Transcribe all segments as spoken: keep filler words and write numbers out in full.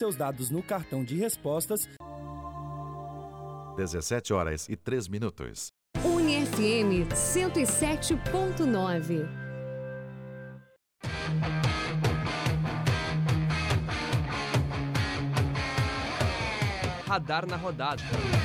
seus dados no cartão de respostas. dezessete horas e três minutos. UniFM cento e sete ponto nove. Radar na rodada.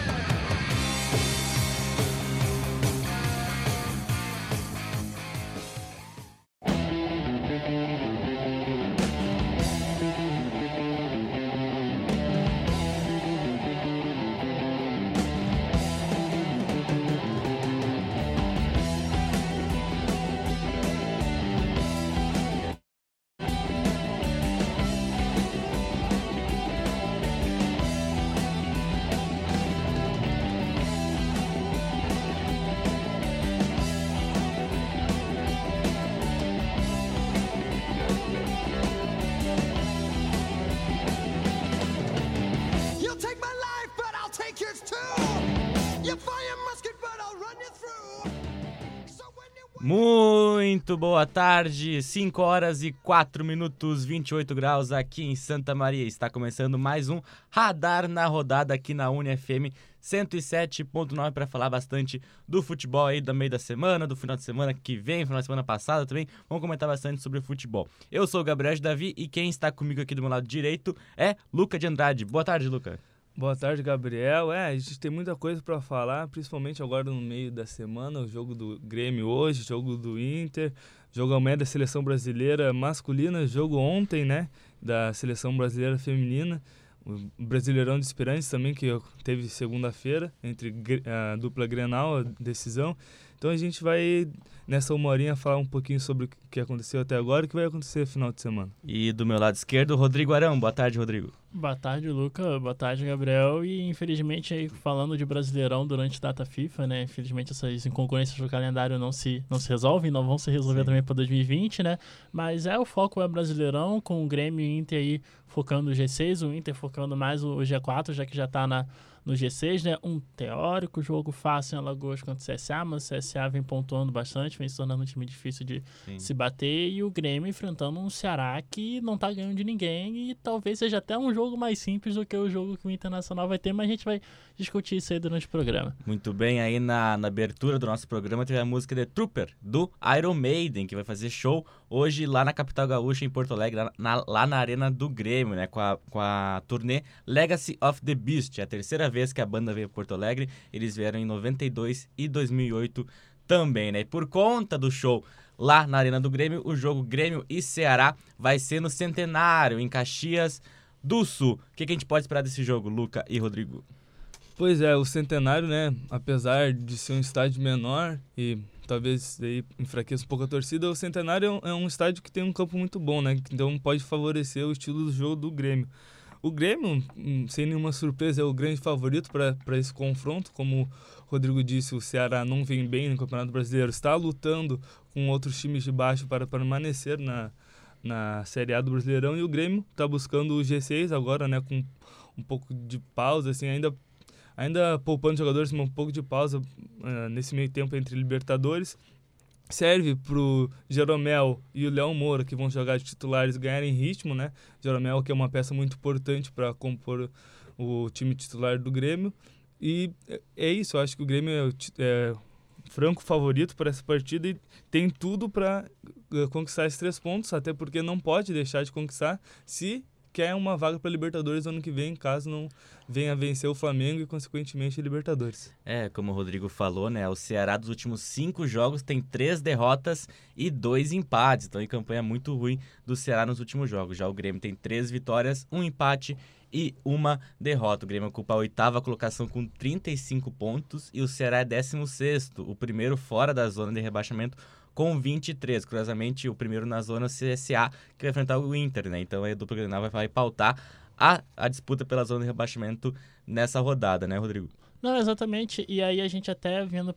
Muito boa tarde, cinco horas e quatro minutos, vinte e oito graus aqui em Santa Maria. Está começando mais um Radar na Rodada aqui na UniFM cento e sete ponto nove para falar bastante do futebol aí do meio da semana, do final de semana que vem, final de semana passada também. Vamos comentar bastante sobre o futebol. Eu sou o Gabriel de Davi e quem está comigo aqui do meu lado direito é Luca de Andrade. Boa tarde, Luca. Boa tarde, Gabriel. É, a gente tem muita coisa para falar, principalmente agora no meio da semana, o jogo do Grêmio hoje, jogo do Inter, jogo amanhã da Seleção Brasileira Masculina, jogo ontem, né, da Seleção Brasileira Feminina, o Brasileirão de Esperantes também, que teve segunda-feira, entre a dupla Grenal, a decisão. Então a gente vai, nessa uma horinha, falar um pouquinho sobre o que aconteceu até agora e o que vai acontecer no final de semana. E do meu lado esquerdo, Rodrigo Arão. Boa tarde, Rodrigo. Boa tarde, Luca. Boa tarde, Gabriel. E infelizmente, aí, falando de Brasileirão durante a data FIFA, né? Infelizmente essas inconcorrências do calendário não se, não se resolvem, não vão se resolver Sim. também para dois mil e vinte, né? Mas é o foco é Brasileirão, com o Grêmio e o Inter aí focando o G seis, o Inter focando mais o G quatro, já que já está na no G seis, né? Um teórico jogo fácil em Alagoas contra o C S A, mas o C S A vem pontuando bastante, vem se tornando um time difícil de Sim. se bater, e o Grêmio enfrentando um Ceará que não tá ganhando de ninguém, e talvez seja até um jogo mais simples do que o jogo que o Internacional vai ter, mas a gente vai discutir isso aí durante o programa. Muito bem, aí na, na abertura do nosso programa teve a música The Trooper, do Iron Maiden, que vai fazer show hoje lá na capital gaúcha, em Porto Alegre, lá na, lá na Arena do Grêmio, né? Com a, com a turnê Legacy of the Beast, é a terceira vez que a banda veio a Porto Alegre. Eles vieram em noventa e dois e dois mil e oito também, né? E por conta do show lá na Arena do Grêmio, o jogo Grêmio e Ceará vai ser no Centenário, em Caxias do Sul. O que, que a gente pode esperar desse jogo, Luca e Rodrigo? Pois é, o Centenário, né, apesar de ser um estádio menor e talvez aí enfraqueça um pouco a torcida, o Centenário é um, é um estádio que tem um campo muito bom, né, então pode favorecer o estilo do jogo do Grêmio. O Grêmio, sem nenhuma surpresa, é o grande favorito para esse confronto. Como o Rodrigo disse, o Ceará não vem bem no Campeonato Brasileiro, está lutando com outros times de baixo para permanecer na, na Série A do Brasileirão, e o Grêmio está buscando o G seis agora, né, com um pouco de pausa, assim, ainda, ainda poupando jogadores, mas um pouco de pausa uh, nesse meio tempo entre Libertadores. Serve para o Jeromel e o Léo Moura, que vão jogar de titulares, ganharem ritmo, né? Jeromel, que é uma peça muito importante para compor o time titular do Grêmio. E é isso, eu acho que o Grêmio é, é franco favorito para essa partida e tem tudo para uh, conquistar esses três pontos, até porque não pode deixar de conquistar se quer uma vaga para Libertadores no ano que vem, caso não venha a vencer o Flamengo e, consequentemente, a Libertadores. É, como o Rodrigo falou, né, o Ceará dos últimos cinco jogos tem três derrotas e dois empates, então em campanha muito ruim do Ceará nos últimos jogos. Já o Grêmio tem três vitórias, um empate e uma derrota. O Grêmio ocupa a oitava colocação com trinta e cinco pontos e o Ceará é décimo sexto, o primeiro fora da zona de rebaixamento, com vinte e três. Curiosamente, o primeiro na zona C S A, que vai enfrentar o Inter, né? Então a dupla Grenal vai, vai pautar a, a disputa pela zona de rebaixamento nessa rodada, né, Rodrigo? Não, exatamente. E aí a gente até vindo para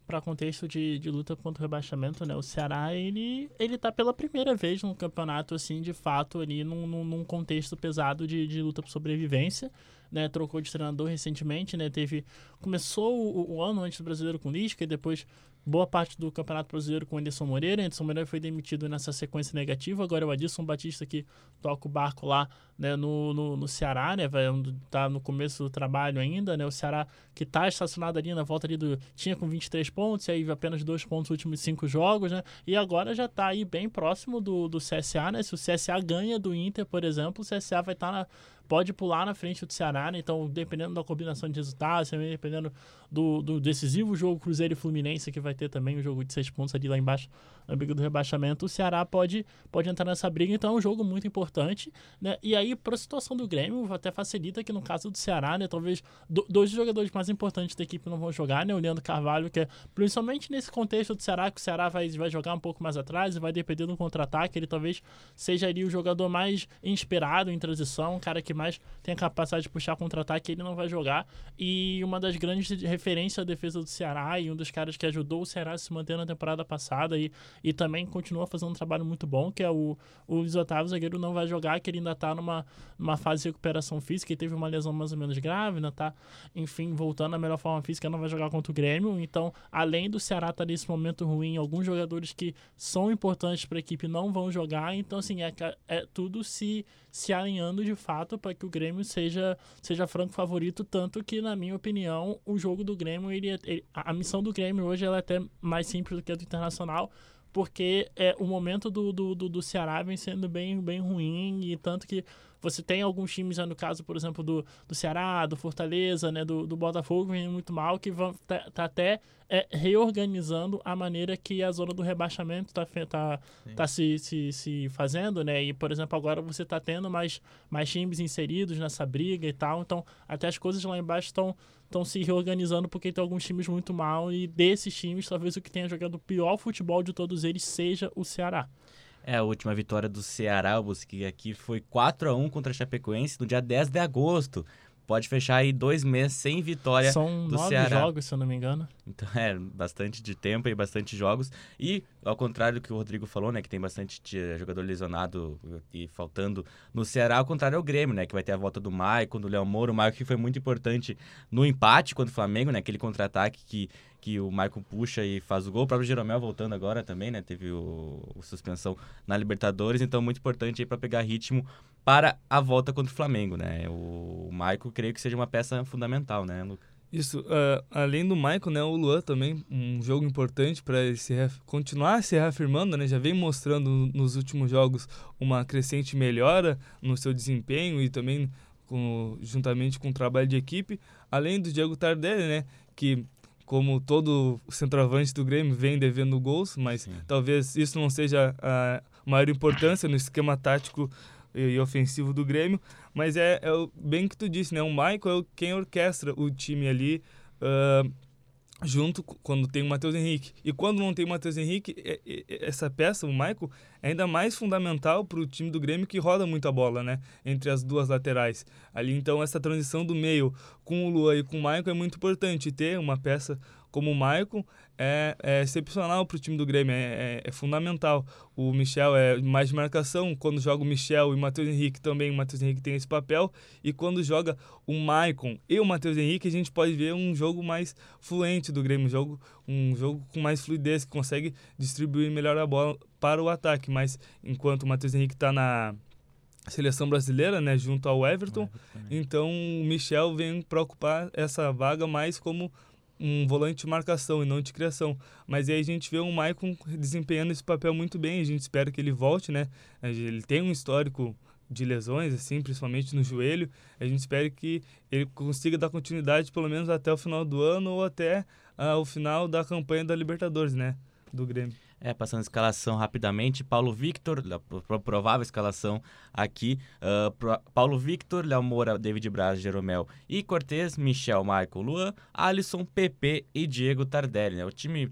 para contexto de, de luta contra o rebaixamento, né? O Ceará, ele, ele tá pela primeira vez num campeonato, assim, de fato, ali num, num, num contexto pesado de, de luta por sobrevivência, né? Trocou de treinador recentemente, né? Teve... Começou o, o ano antes do Brasileiro com Lisca e depois boa parte do Campeonato Brasileiro com o Anderson Moreira. Anderson Moreira foi demitido nessa sequência negativa. Agora é o Adilson Batista que toca o barco lá, né, no, no, no Ceará, né? Vai, tá no começo do trabalho ainda, né? O Ceará que tá estacionado ali na volta ali do... Tinha com vinte e três pontos, e aí apenas dois pontos nos últimos cinco jogos, né? E agora já tá aí bem próximo do, do C S A, né? Se o C S A ganha do Inter, por exemplo, o C S A vai estar tá na... Pode pular na frente do Ceará, né? Então, dependendo da combinação de resultados, também dependendo do, do decisivo jogo Cruzeiro e Fluminense, que vai ter também um jogo de seis pontos ali lá embaixo, na briga do rebaixamento, o Ceará pode, pode entrar nessa briga. Então, é um jogo muito importante, né? E aí, para a situação do Grêmio, até facilita que no caso do Ceará, né? Talvez do, dois jogadores mais importantes da equipe não vão jogar, né? O Leandro Carvalho, que é principalmente nesse contexto do Ceará, que o Ceará vai, vai jogar um pouco mais atrás e vai depender do contra-ataque. Ele talvez seja ali o jogador mais inspirado em transição, um cara que mais tem a capacidade de puxar contra-ataque, ele não vai jogar. E uma das grandes referências à defesa do Ceará e um dos caras que ajudou o Ceará a se manter na temporada passada e, e também continua fazendo um trabalho muito bom, que é o, o Luiz Otávio, o zagueiro, não vai jogar, que ele ainda tá numa, numa fase de recuperação física e teve uma lesão mais ou menos grave, ainda tá, enfim, voltando à melhor forma física, não vai jogar contra o Grêmio. Então, além do Ceará estar tá nesse momento ruim, alguns jogadores que são importantes para a equipe não vão jogar. Então, assim, é, é tudo se, se alinhando de fato para que o Grêmio seja, seja franco favorito, tanto que, na minha opinião, o jogo do Grêmio, ele, ele, a missão do Grêmio hoje ela é até mais simples do que a do Internacional, porque é, o momento do, do, do, do Ceará vem sendo bem, bem ruim, e tanto que você tem alguns times, no caso, por exemplo, do, do Ceará, do Fortaleza, né, do, do Botafogo, vem muito mal, que vão tá, tá até é, reorganizando a maneira que a zona do rebaixamento está tá, tá se, se, se fazendo, né? E, por exemplo, agora você está tendo mais, mais times inseridos nessa briga e tal, então até as coisas lá embaixo estão estão se reorganizando, porque tem alguns times muito mal, e desses times, talvez o que tenha jogado o pior futebol de todos eles seja o Ceará. É, a última vitória do Ceará, eu busquei aqui, foi quatro a um contra a Chapecoense no dia dez de agosto. Pode fechar aí dois meses sem vitória São do nove Ceará. jogos, se eu não me engano. Então é bastante de tempo e bastante jogos. E ao contrário do que o Rodrigo falou, né, que tem bastante jogador lesionado e faltando no Ceará, ao contrário é o Grêmio, né, que vai ter a volta do Maicon, do Léo Moura. O Maicon que foi muito importante no empate contra o Flamengo, né, aquele contra-ataque que, que o Maicon puxa e faz o gol. O próprio Jeromel voltando agora também, né, teve o, o suspensão na Libertadores, então muito importante aí para pegar ritmo para a volta contra o Flamengo, né. O Maicon creio que seja uma peça fundamental, né, Lucas? Isso, uh, além do Maicon, né, o Luan também, um jogo importante para ele se reaf- continuar se reafirmando, né, já vem mostrando nos últimos jogos uma crescente melhora no seu desempenho e também com, juntamente com o trabalho de equipe, além do Diego Tardelli, né, que como todo centroavante do Grêmio vem devendo gols, mas Sim. talvez isso não seja a maior importância no esquema tático e ofensivo do Grêmio, mas é, é o, bem que tu disse, né? O Maicon é quem orquestra o time ali uh, junto quando tem o Matheus Henrique. E quando não tem o Matheus Henrique, é, é, essa peça, o Maicon, é ainda mais fundamental para o time do Grêmio, que roda muito a bola, né? Entre as duas laterais. Ali, então, essa transição do meio com o Luan e com o Maicon é muito importante. Ter uma peça como o Maicon é, é excepcional para o time do Grêmio, é, é, é fundamental. O Michel é mais de marcação, quando joga o Michel e o Matheus Henrique também, o Matheus Henrique tem esse papel, e quando joga o Maicon e o Matheus Henrique, a gente pode ver um jogo mais fluente do Grêmio, um jogo, um jogo com mais fluidez, que consegue distribuir melhor a bola para o ataque, mas enquanto o Matheus Henrique está na seleção brasileira, né, junto ao Everton, então o Michel vem para ocupar essa vaga mais como um volante de marcação e não de criação. Mas aí a gente vê o Maicon desempenhando esse papel muito bem, a gente espera que ele volte, né? Ele tem um histórico de lesões, assim, principalmente no joelho. A gente espera que ele consiga dar continuidade pelo menos até o final do ano ou até uh, o final da campanha da Libertadores, né, do Grêmio. É, passando a escalação rapidamente, Paulo Victor, a provável escalação aqui, uh, pro, Paulo Victor, Léo Moura, David Braz, Jeromel e Cortez, Michel, Maicon, Luan, Alisson, Pepe e Diego Tardelli, né? O time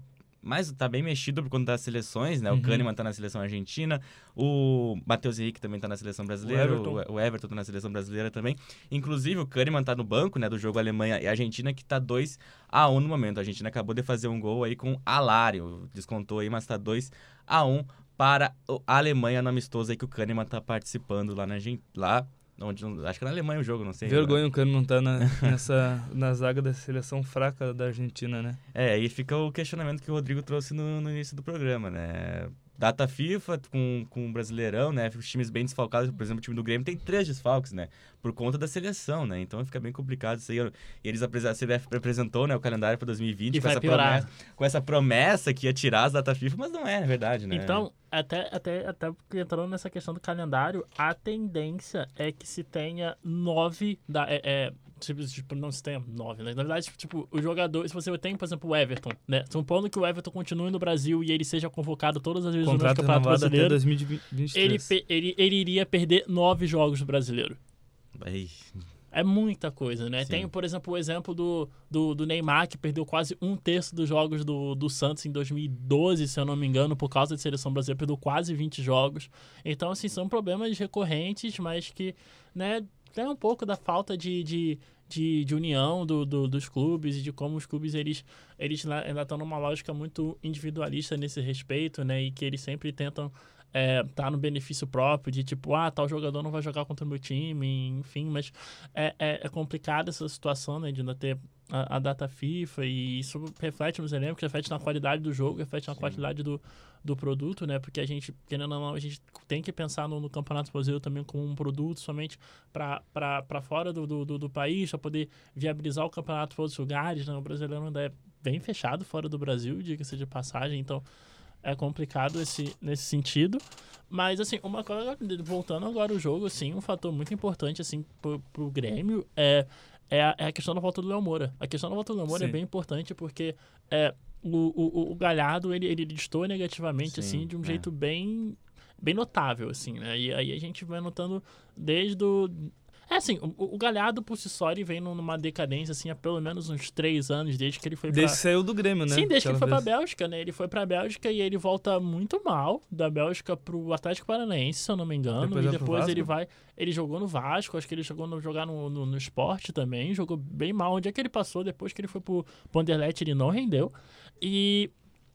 mas tá bem mexido por conta das seleções, né? O Uhum. Kahneman tá na seleção argentina, o Matheus Henrique também tá na seleção brasileira, O Everton. o, o Everton tá na seleção brasileira também. Inclusive, o Kahneman tá no banco, né, do jogo Alemanha e Argentina, que tá dois a um no momento. A Argentina acabou de fazer um gol aí com Alário, descontou aí, mas tá dois a um para a Alemanha no amistoso aí que o Kahneman tá participando lá na Argentina, lá onde, acho que é na Alemanha o jogo, não sei. Vergonha o Kahneman não tá na, nessa, na zaga da seleção fraca da Argentina, né? É, aí fica o questionamento que o Rodrigo trouxe no, no início do programa, né? Data FIFA com, com o Brasileirão, né? Os times bem desfalcados, por exemplo, o time do Grêmio tem três desfalques, né? Por conta da seleção, né? Então fica bem complicado isso aí. E eles, a C B F apresentou, né, o calendário para dois mil e vinte E com vai essa, piorar. promessa, com essa promessa que ia tirar as data FIFA, mas não é, na verdade, né? Então, até, até, até entrando nessa questão do calendário, a tendência é que se tenha nove da. É, é, tipo, tipo, não se tenha nove, né? Na verdade, tipo, o jogador. Se você tem, por exemplo, o Everton, né? Supondo que o Everton continue no Brasil e ele seja convocado todas as vezes no Contrato Campeonato renovado até Brasileiro, dois mil e vinte e ele, três. pe- ele, ele iria perder nove jogos no Brasileiro. Aí, É muita coisa, né? Sim. Tem, por exemplo, o exemplo do, do, do Neymar, que perdeu quase um terço dos jogos do, do Santos em dois mil e doze, se eu não me engano, por causa da seleção brasileira, perdeu quase vinte jogos. Então, assim, são problemas recorrentes, mas que, né, tem um pouco da falta de, de, de, de união do, do, dos clubes e de como os clubes, eles, eles ainda estão numa lógica muito individualista nesse respeito, né? E que eles sempre tentam É, tá no benefício próprio, de tipo, ah, tal jogador não vai jogar contra o meu time, enfim, mas é, é, é complicada essa situação, né, de ainda ter a, a data FIFA, e isso reflete nos elencos, reflete na qualidade do jogo, reflete na qualidade do, do produto, né, porque a gente, querendo ou não, a gente tem que pensar no, no Campeonato Brasileiro também como um produto somente para fora do, do, do país, para poder viabilizar o campeonato para outros lugares, né, o brasileiro ainda é bem fechado fora do Brasil, diga-se de passagem, então é complicado esse, nesse sentido. Mas, assim, uma coisa, voltando agora ao jogo, assim, um fator muito importante, assim, pro, pro Grêmio é, é, a, é a questão da volta do Léo Moura. A questão da volta do Léo Moura Sim. é bem importante porque é, o, o, o Galhardo, ele, ele destoa negativamente, Sim, assim, de um é. jeito bem, bem notável, assim, né? E aí a gente vai notando desde o... É assim, o, o Galhardo por si só, ele vem numa decadência, assim, há pelo menos uns três anos, desde que ele foi pra... Desde que saiu do Grêmio, né? Sim, desde que ele Aquela foi pra vez. Bélgica, né? Ele foi pra Bélgica e ele volta muito mal da Bélgica pro Atlético Paranaense, se eu não me engano. Depois e vai pro depois Vasco? ele vai... Ele jogou no Vasco, acho que ele chegou a jogar no, no, no Sport também, jogou bem mal. Onde é que ele passou? Depois que ele foi pro Anderlecht, ele não rendeu. E...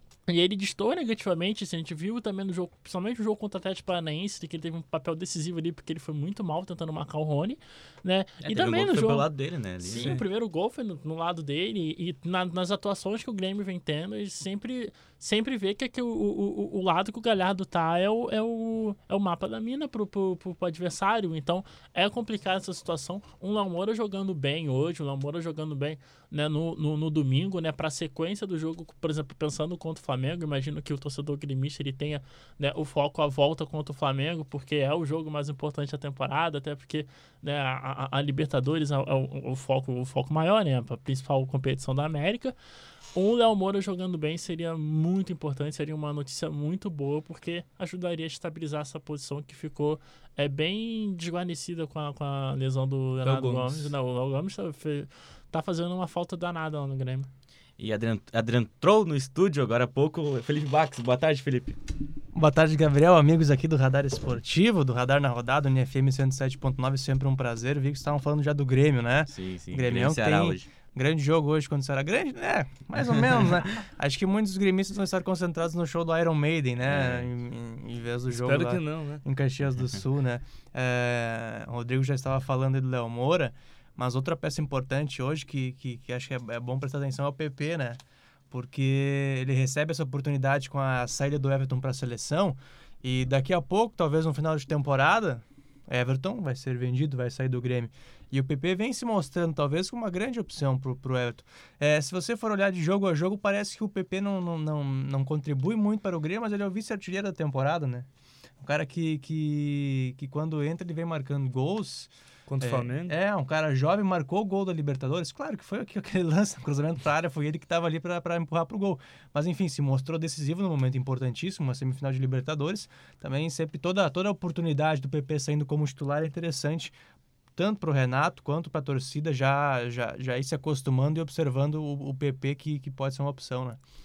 E ele destoa negativamente, assim, a gente viu também no jogo, principalmente no jogo contra o Atlético Paranaense, que ele teve um papel decisivo ali, porque ele foi muito mal tentando marcar o Rony, né? é, e teve um também gol no que foi jogo... pelo lado dele, né? ali. Sim, o primeiro gol foi no, no lado dele e na- nas atuações que o Grêmio vem tendo, a gente sempre, sempre vê que, que o, o, o- o lado que o Galhardo tá é o, é o, é o mapa da mina pro, pro, pro, pro adversário. Então é complicada essa situação. Um Léo Moura jogando bem hoje, o Léo Moura jogando bem, né, no, no, no domingo, né, pra sequência do jogo, por exemplo, pensando contra o Flamengo, imagino que o torcedor gremista ele tenha, né, o foco à volta contra o Flamengo, porque é o jogo mais importante da temporada, até porque, né, a, a- a Libertadores é, o- é o, o foco, o foco maior, né, a principal competição da América. Um Léo Moura jogando bem seria muito importante, seria uma notícia muito boa, porque ajudaria a estabilizar essa posição que ficou é, bem desguarnecida com a, com a lesão do Leonardo Gomes. Gomes. Não, o Léo Gomes tá, fe- tá fazendo uma falta danada lá no Grêmio. E Adriano, Adriano entrou no estúdio agora há pouco. Felipe Bax, boa tarde, Felipe. Boa tarde, Gabriel, amigos aqui do Radar Esportivo, do Radar na Rodada, no F M cento e sete ponto nove, sempre um prazer. Vi que estavam falando já do Grêmio, né? Sim, sim. Grêmio Ceará tem- hoje. Grande jogo hoje contra o Ceará. Grande, né? Mais ou menos, né? Acho que muitos gremistas vão estar concentrados no show do Iron Maiden, né? É. Em, em- em vez do jogo Espero lá que não, né? em Caxias do Sul, né? É, o Rodrigo já estava falando aí do Léo Moura, mas outra peça importante hoje que, que, que acho que é, é bom prestar atenção é o P P, né? Porque ele recebe essa oportunidade com a saída do Everton para a seleção e daqui a pouco, talvez no final de temporada, Everton vai ser vendido, vai sair do Grêmio. E o P P vem se mostrando talvez como uma grande opção pro, pro Everton. É, se você for olhar de jogo a jogo, parece que o P P não, não, não, não contribui muito para o Grêmio, mas ele é o vice-artilheiro da temporada, né? Um cara que, que, que quando entra ele vem marcando gols. Contra o É, Flamengo. É, um cara jovem, marcou o gol da Libertadores. Claro que foi aqui- aquele lance, cruzamento para área, foi ele que estava ali para empurrar para o gol. Mas enfim, se mostrou decisivo no momento importantíssimo, uma semifinal de Libertadores. Também sempre toda, toda a oportunidade do P P saindo como titular é interessante, tanto para o Renato quanto para a torcida já, já, já ir se acostumando e observando o, o P P que, que pode ser uma opção, né?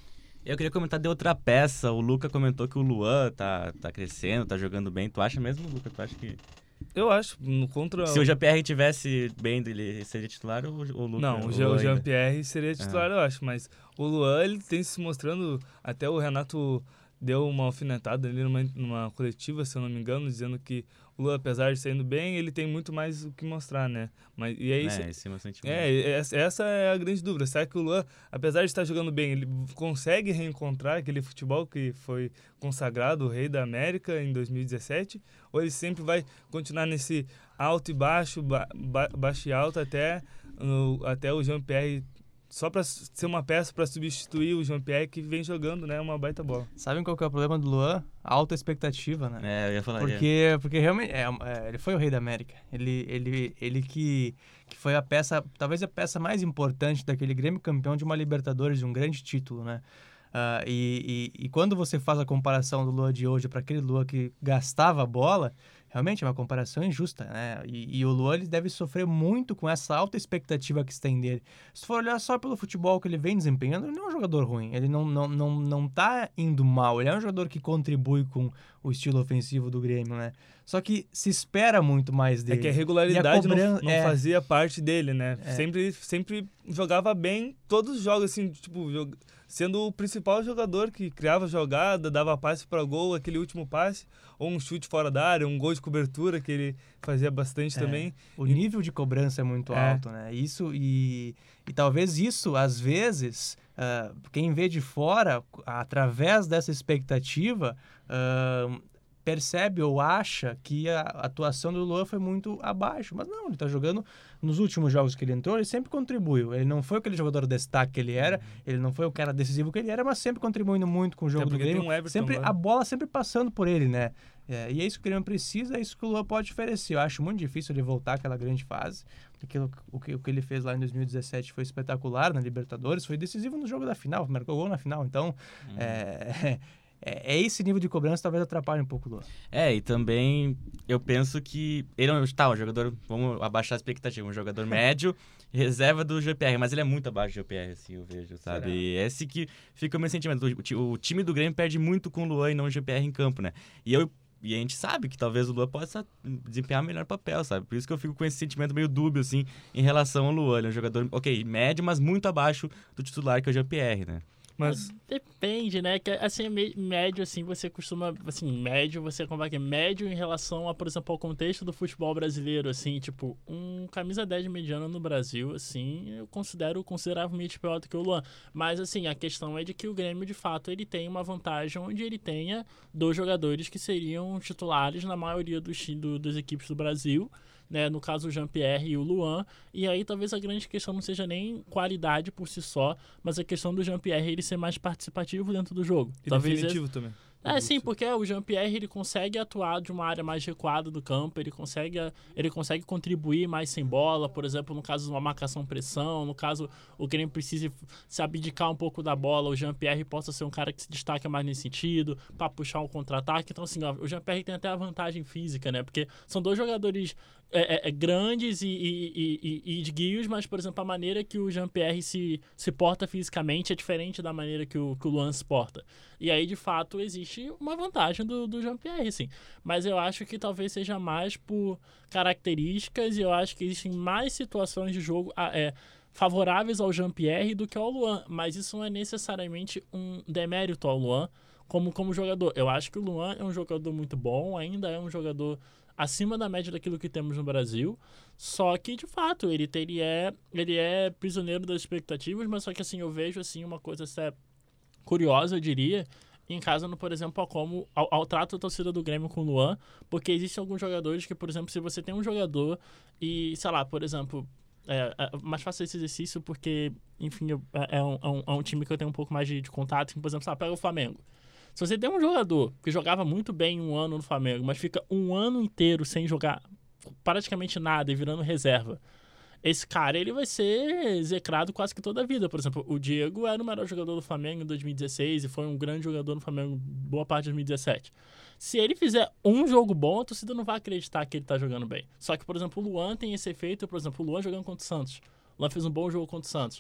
Eu queria comentar de outra peça. O Luca comentou que o Luan tá, tá crescendo, tá jogando bem. Tu acha mesmo, Luca? Tu acha que... Eu acho, no contra... Se o Jean-Pierre tivesse bem, ele seria titular ou o Luca? Não, o, o o Jean-Pierre seria titular, ah. eu acho. Mas o Luan, ele tem se mostrando... Até o Renato deu uma alfinetada ali numa, numa coletiva, se eu não me engano, dizendo que o Luan, apesar de estar indo bem, ele tem muito mais o que mostrar, né? Mas, e aí, é, esse é, meu sentimento. é, essa é a grande dúvida. Será que o Luan, apesar de estar jogando bem, ele consegue reencontrar aquele futebol que foi consagrado, o Rei da América, em dois mil e dezessete? Ou ele sempre vai continuar nesse alto e baixo, ba, ba, baixo e alto, até, uh, até o Jean-Pierre... Só para ser uma peça para substituir o Jean-Pierre, que vem jogando, né, uma baita bola. Sabem qual que é o problema do Luan? A alta expectativa, né? É, eu ia falar porque, é. porque realmente, é, é, ele foi o Rei da América. Ele, ele, ele que, que foi a peça, talvez a peça mais importante daquele Grêmio campeão de uma Libertadores, de um grande título, né? Uh, e, e, e quando você faz a comparação do Luan de hoje para aquele Luan que gastava a bola, realmente é uma comparação injusta, né? E, e o Luan, ele deve sofrer muito com essa alta expectativa que se tem dele. Se for olhar só pelo futebol que ele vem desempenhando, ele não é um jogador ruim. Ele não, não, não, não tá indo mal. Ele é um jogador que contribui com o estilo ofensivo do Grêmio, né? Só que se espera muito mais dele. É que a regularidade a cobran... não, não é... fazia parte dele, né? É. Sempre, sempre jogava bem todos os jogos, assim, tipo... Jog... sendo o principal jogador que criava jogada, dava passe para gol, aquele último passe, ou um chute fora da área, um gol de cobertura que ele fazia bastante é, também. O e... nível de cobrança é muito é. alto, né? Isso e, e talvez isso, às vezes, uh, quem vê de fora, através dessa expectativa, uh, percebe ou acha que a atuação do Luan foi muito abaixo. Mas não, ele tá jogando... Nos últimos jogos que ele entrou, ele sempre contribuiu. Ele não foi aquele jogador destaque que ele era, uhum. ele não foi o cara decisivo que ele era, mas sempre contribuindo muito com o jogo do Grêmio. Um sempre, a bola sempre passando por ele, né? É, e é isso que o Grêmio precisa, é isso que o Luan pode oferecer. Eu acho muito difícil ele voltar àquela grande fase. Aquilo, o, que, o que ele fez lá em dois mil e dezessete foi espetacular na Libertadores, foi decisivo no jogo da final, marcou gol na final. Então, uhum. é... É, esse nível de cobrança talvez atrapalhe um pouco o Luan. É, e também eu penso que ele é um, tá, um jogador, vamos abaixar a expectativa, um jogador médio, reserva do G P R, mas ele é muito abaixo do G P R, assim, eu vejo, sabe? Será? E esse que fica o meu sentimento. O, o time do Grêmio perde muito com o Luan e não o G P R em campo, né? E eu E a gente sabe que talvez o Luan possa desempenhar melhor papel, sabe? Por isso que eu fico com esse sentimento meio dúbio, assim, em relação ao Luan. Ele é um jogador, ok, médio, mas muito abaixo do titular, que é o G P R, né? Mas depende, né? Que assim, médio, assim, você costuma... Assim, médio, você compara aqui. Médio em relação, a, por exemplo, ao contexto do futebol brasileiro, assim, tipo, um camisa dez mediano no Brasil, assim, eu considero consideravelmente pior do que o Luan. Mas, assim, a questão é de que o Grêmio, de fato, ele tem uma vantagem onde ele tenha dois jogadores que seriam titulares na maioria dos, do, das equipes do Brasil, né, no caso o Jean-Pierre e o Luan, e aí talvez a grande questão não seja nem qualidade por si só, mas a questão do Jean-Pierre ele ser mais participativo dentro do jogo. E talvez definitivo esse... também. É, sim, porque o Jean-Pierre ele consegue atuar de uma área mais recuada do campo, ele consegue, ele consegue contribuir mais sem bola, por exemplo, no caso de uma marcação-pressão, no caso o Grêmio precisa se abdicar um pouco da bola, o Jean-Pierre possa ser um cara que se destaca mais nesse sentido, para puxar um contra-ataque. Então, assim, ó, o Jean-Pierre tem até a vantagem física, né? Porque são dois jogadores é, é, grandes e, e, e, e de guios, mas, por exemplo, a maneira que o Jean-Pierre se, se porta fisicamente é diferente da maneira que o, que o Luan se porta. E aí, de fato, existe uma vantagem do, do Jean-Pierre, sim. Mas eu acho que talvez seja mais por características e eu acho que existem mais situações de jogo é, favoráveis ao Jean-Pierre do que ao Luan. Mas isso não é necessariamente um demérito ao Luan como, como jogador. Eu acho que o Luan é um jogador muito bom, ainda é um jogador acima da média daquilo que temos no Brasil, só que, de fato, ele, ele, é, ele é prisioneiro das expectativas, mas só que, assim, eu vejo, assim, uma coisa até curiosa, eu diria, em casa, no, por exemplo, ao, como, ao, ao trato da torcida do Grêmio com o Luan, porque existem alguns jogadores que, por exemplo, se você tem um jogador e, sei lá, por exemplo, é, é mais fácil esse exercício porque, enfim, eu, é, é, um, é, um, é um time que eu tenho um pouco mais de, de contato, por exemplo, sabe, pega o Flamengo. Se você tem um jogador que jogava muito bem um ano no Flamengo, mas fica um ano inteiro sem jogar praticamente nada e virando reserva, esse cara ele vai ser execrado quase que toda a vida. Por exemplo, o Diego era o melhor jogador do Flamengo em dois mil e dezesseis e foi um grande jogador no Flamengo boa parte de dois mil e dezessete. Se ele fizer um jogo bom, a torcida não vai acreditar que ele tá jogando bem. Só que, por exemplo, o Luan tem esse efeito. Por exemplo, o Luan jogando contra o Santos. O Luan fez um bom jogo contra o Santos.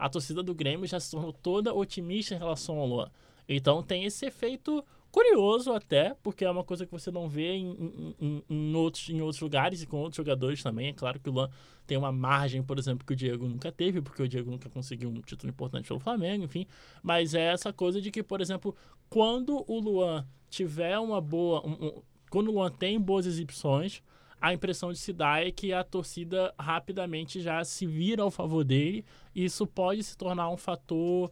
a torcida do Grêmio já se tornou toda otimista em relação ao Luan. Então tem esse efeito curioso até, porque é uma coisa que você não vê em, em, em, em, outros, em outros lugares e com outros jogadores também. É claro que o Luan tem uma margem, por exemplo, que o Diego nunca teve, porque o Diego nunca conseguiu um título importante pelo Flamengo, enfim. Mas é essa coisa de que, por exemplo, quando o Luan tiver uma boa... Um, um, quando o Luan tem boas exibições, a impressão de se dar é que a torcida rapidamente já se vira ao favor dele, e isso pode se tornar um fator...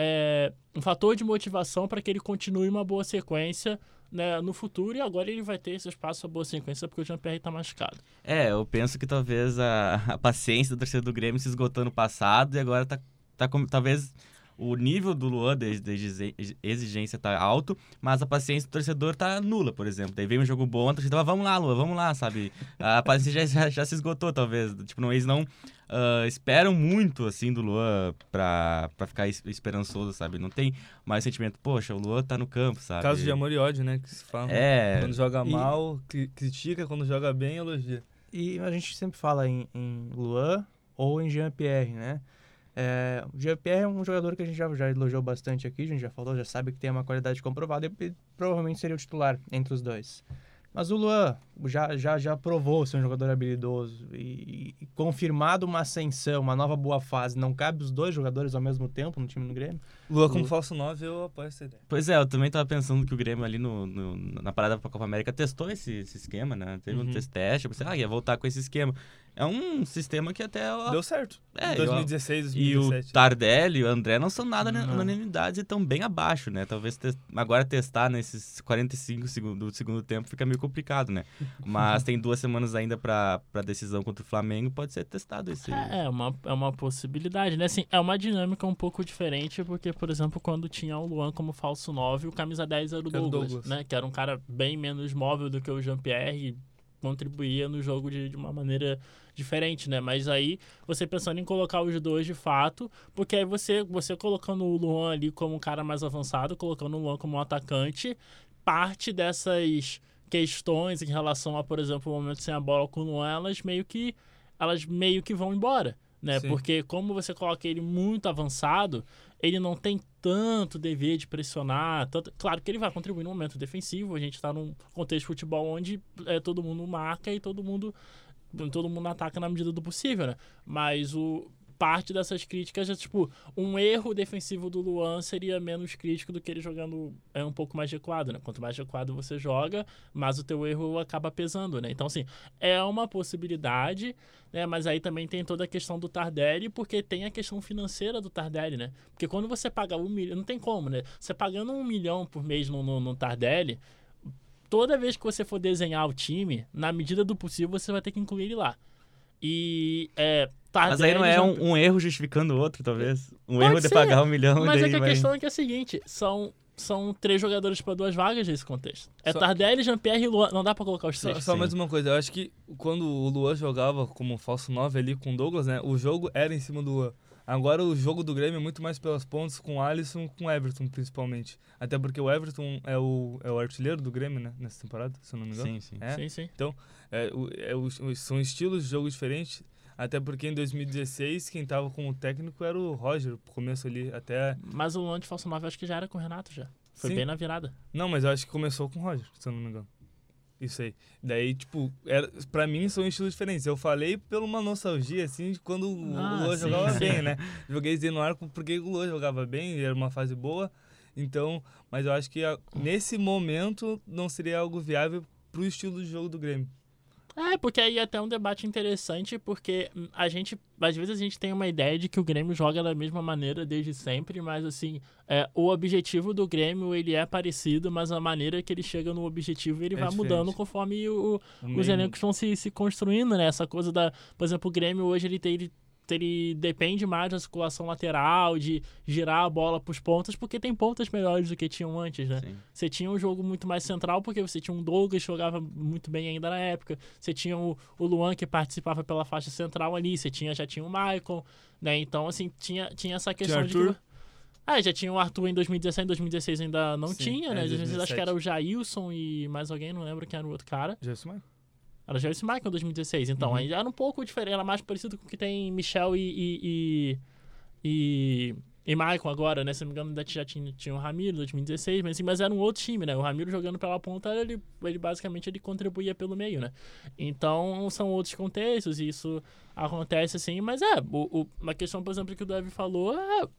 É, um fator de motivação para que ele continue uma boa sequência, né, no futuro, e agora ele vai ter esse espaço para boa sequência porque o Jean-Pierre está machucado. É, eu penso que talvez a, a paciência da torcida do Grêmio se esgotou no passado e agora tá, tá com, talvez o nível do Luan de, de exigência tá alto, mas a paciência do torcedor tá nula, por exemplo. Daí vem um jogo bom, a torcida fala, vamos lá, Luan, vamos lá, sabe? A paciência já, já, já se esgotou, talvez. Tipo, não, eles não uh, esperam muito, assim, do Luan pra, pra ficar esperançoso, sabe? Não tem mais sentimento, poxa, o Luan tá no campo, sabe? Caso de amor e ódio, né? Que se fala. É. Quando joga e... mal, critica, quando joga bem, elogia. E a gente sempre fala em, em Luan ou em Jean-Pierre, né? É, o Jean-Pierre é um jogador que a gente já, já elogiou bastante aqui, a gente já falou, já sabe que tem uma qualidade comprovada e provavelmente seria o titular entre os dois. Mas o Luan já, já, já provou ser um jogador habilidoso e, e confirmado uma ascensão, uma nova boa fase. Não cabe os dois jogadores ao mesmo tempo no time do Grêmio? Luan como falso nove, eu apoio essa ideia. Pois é, eu também tava pensando que o Grêmio ali no, no, na parada pra Copa América testou esse, esse esquema, né? Teve uhum. um teste, eu pensei, ah, ia voltar com esse esquema. É um sistema que até... Ó, deu certo. É, dois mil e dezesseis, dois mil e dezessete. E o Tardelli e o André não são nada Não. unanimidades e estão bem abaixo, né? Talvez te... agora testar nesses quarenta e cinco segundos do segundo tempo fica meio complicado, né? Mas tem duas semanas ainda pra, pra decisão contra o Flamengo, pode ser testado esse... É, é uma, é uma possibilidade, né? Assim, é uma dinâmica um pouco diferente, porque, por exemplo, quando tinha o Luan como falso nove, o camisa dez era o Era o Douglas, Douglas. né? Que era um cara bem menos móvel do que o Jean-Pierre e contribuía no jogo de, de uma maneira diferente, né? Mas aí, você pensando em colocar os dois de fato, porque aí você, você colocando o Luan ali como um cara mais avançado, colocando o Luan como um atacante, parte dessas questões em relação a, por exemplo, o momento sem a bola com o Luan, elas meio que, elas meio que vão embora, né? Sim. Porque como você coloca ele muito avançado, ele não tem tanto dever de pressionar. Tanto... Claro que ele vai contribuir no momento defensivo. A gente está num contexto de futebol onde é, todo mundo marca e todo mundo, todo mundo ataca na medida do possível, né? Mas o... parte dessas críticas é, tipo, um erro defensivo do Luan seria menos crítico do que ele jogando é, um pouco mais recuado, né? Quanto mais recuado você joga, mais o teu erro acaba pesando, né? Então, assim, é uma possibilidade, né? Mas aí também tem toda a questão do Tardelli, porque tem a questão financeira do Tardelli, né? Porque quando você paga um milhão, não tem como, né? Você pagando um milhão por mês no, no, no Tardelli, toda vez que você for desenhar o time, na medida do possível, você vai ter que incluir ele lá. E é, Mas aí não é um, um erro justificando o outro, talvez? Um Pode erro de ser, pagar um milhão mas e daí é que a vai... questão é que é a seguinte, são, são três jogadores para duas vagas nesse contexto. É Só- Tardelli, Jean-Pierre e Luan. Não dá para colocar os Só, três. só sim. mais uma coisa, eu acho que quando o Luan jogava como falso nove ali com o Douglas, né, o jogo era em cima do Luan. Agora o jogo do Grêmio é muito mais pelas pontas com o Alisson e com o Everton, principalmente. Até porque o Everton é o, é o artilheiro do Grêmio, né, nessa temporada, se eu não me engano. Sim, sim. É? Sim, sim. É, o, é, o, são estilos de jogo diferentes, até porque em dois mil e dezesseis quem tava como técnico era o Roger, no começo ali, até... Mas o Luan de falso nove acho que já era com o Renato já. Foi Sim. bem na virada. Não, mas eu acho que começou com o Roger, se eu não me engano. Isso aí. Daí, tipo, era, pra mim são estilos diferentes. Eu falei por uma nostalgia, assim, de quando o Ah, Luan sim, jogava sim. bem, né? Joguei Z no arco porque o Luan jogava bem, era uma fase boa. Então, mas eu acho que a, nesse momento não seria algo viável pro estilo de jogo do Grêmio. É, porque aí é até um debate interessante, porque a gente, às vezes a gente tem uma ideia de que o Grêmio joga da mesma maneira desde sempre, mas assim, é, o objetivo do Grêmio, ele é parecido, mas a maneira que ele chega no objetivo, ele É vai diferente. mudando conforme o, O os meio- elencos vão se, se construindo, né? Essa coisa da, por exemplo, o Grêmio hoje, ele tem... Ele, ele depende mais da circulação lateral, de girar a bola pros pontas, porque tem pontas melhores do que tinham antes, né? Sim. Você tinha um jogo muito mais central, porque você tinha um Douglas que jogava muito bem ainda na época. Você tinha o, o Luan que participava pela faixa central ali. Você tinha, já tinha o Maicon, né? Então, assim, tinha, tinha essa questão de Arthur. que... Ah, já tinha o Arthur em dois mil e dezessete, em dois mil e dezesseis ainda não Sim, tinha, é, né? Em dois mil e dezesseis acho que dois mil e dezessete. era o Jailson e mais alguém, não lembro quem era o outro cara. Já isso, mano? Era o Jailson Michael em dois mil e dezesseis. Então, Uhum. aí era um pouco diferente, era mais parecido com o que tem Michel e... e, e e, e Maicon agora, né? Se não me engano, ainda já tinha, tinha o Ramiro, dois mil e dezesseis, mas, assim, mas era um outro time, né? O Ramiro jogando pela ponta, ele, ele basicamente ele contribuía pelo meio, né? Então, são outros contextos e isso acontece, assim, mas é, o, o, uma questão, por exemplo, que o Davi falou é...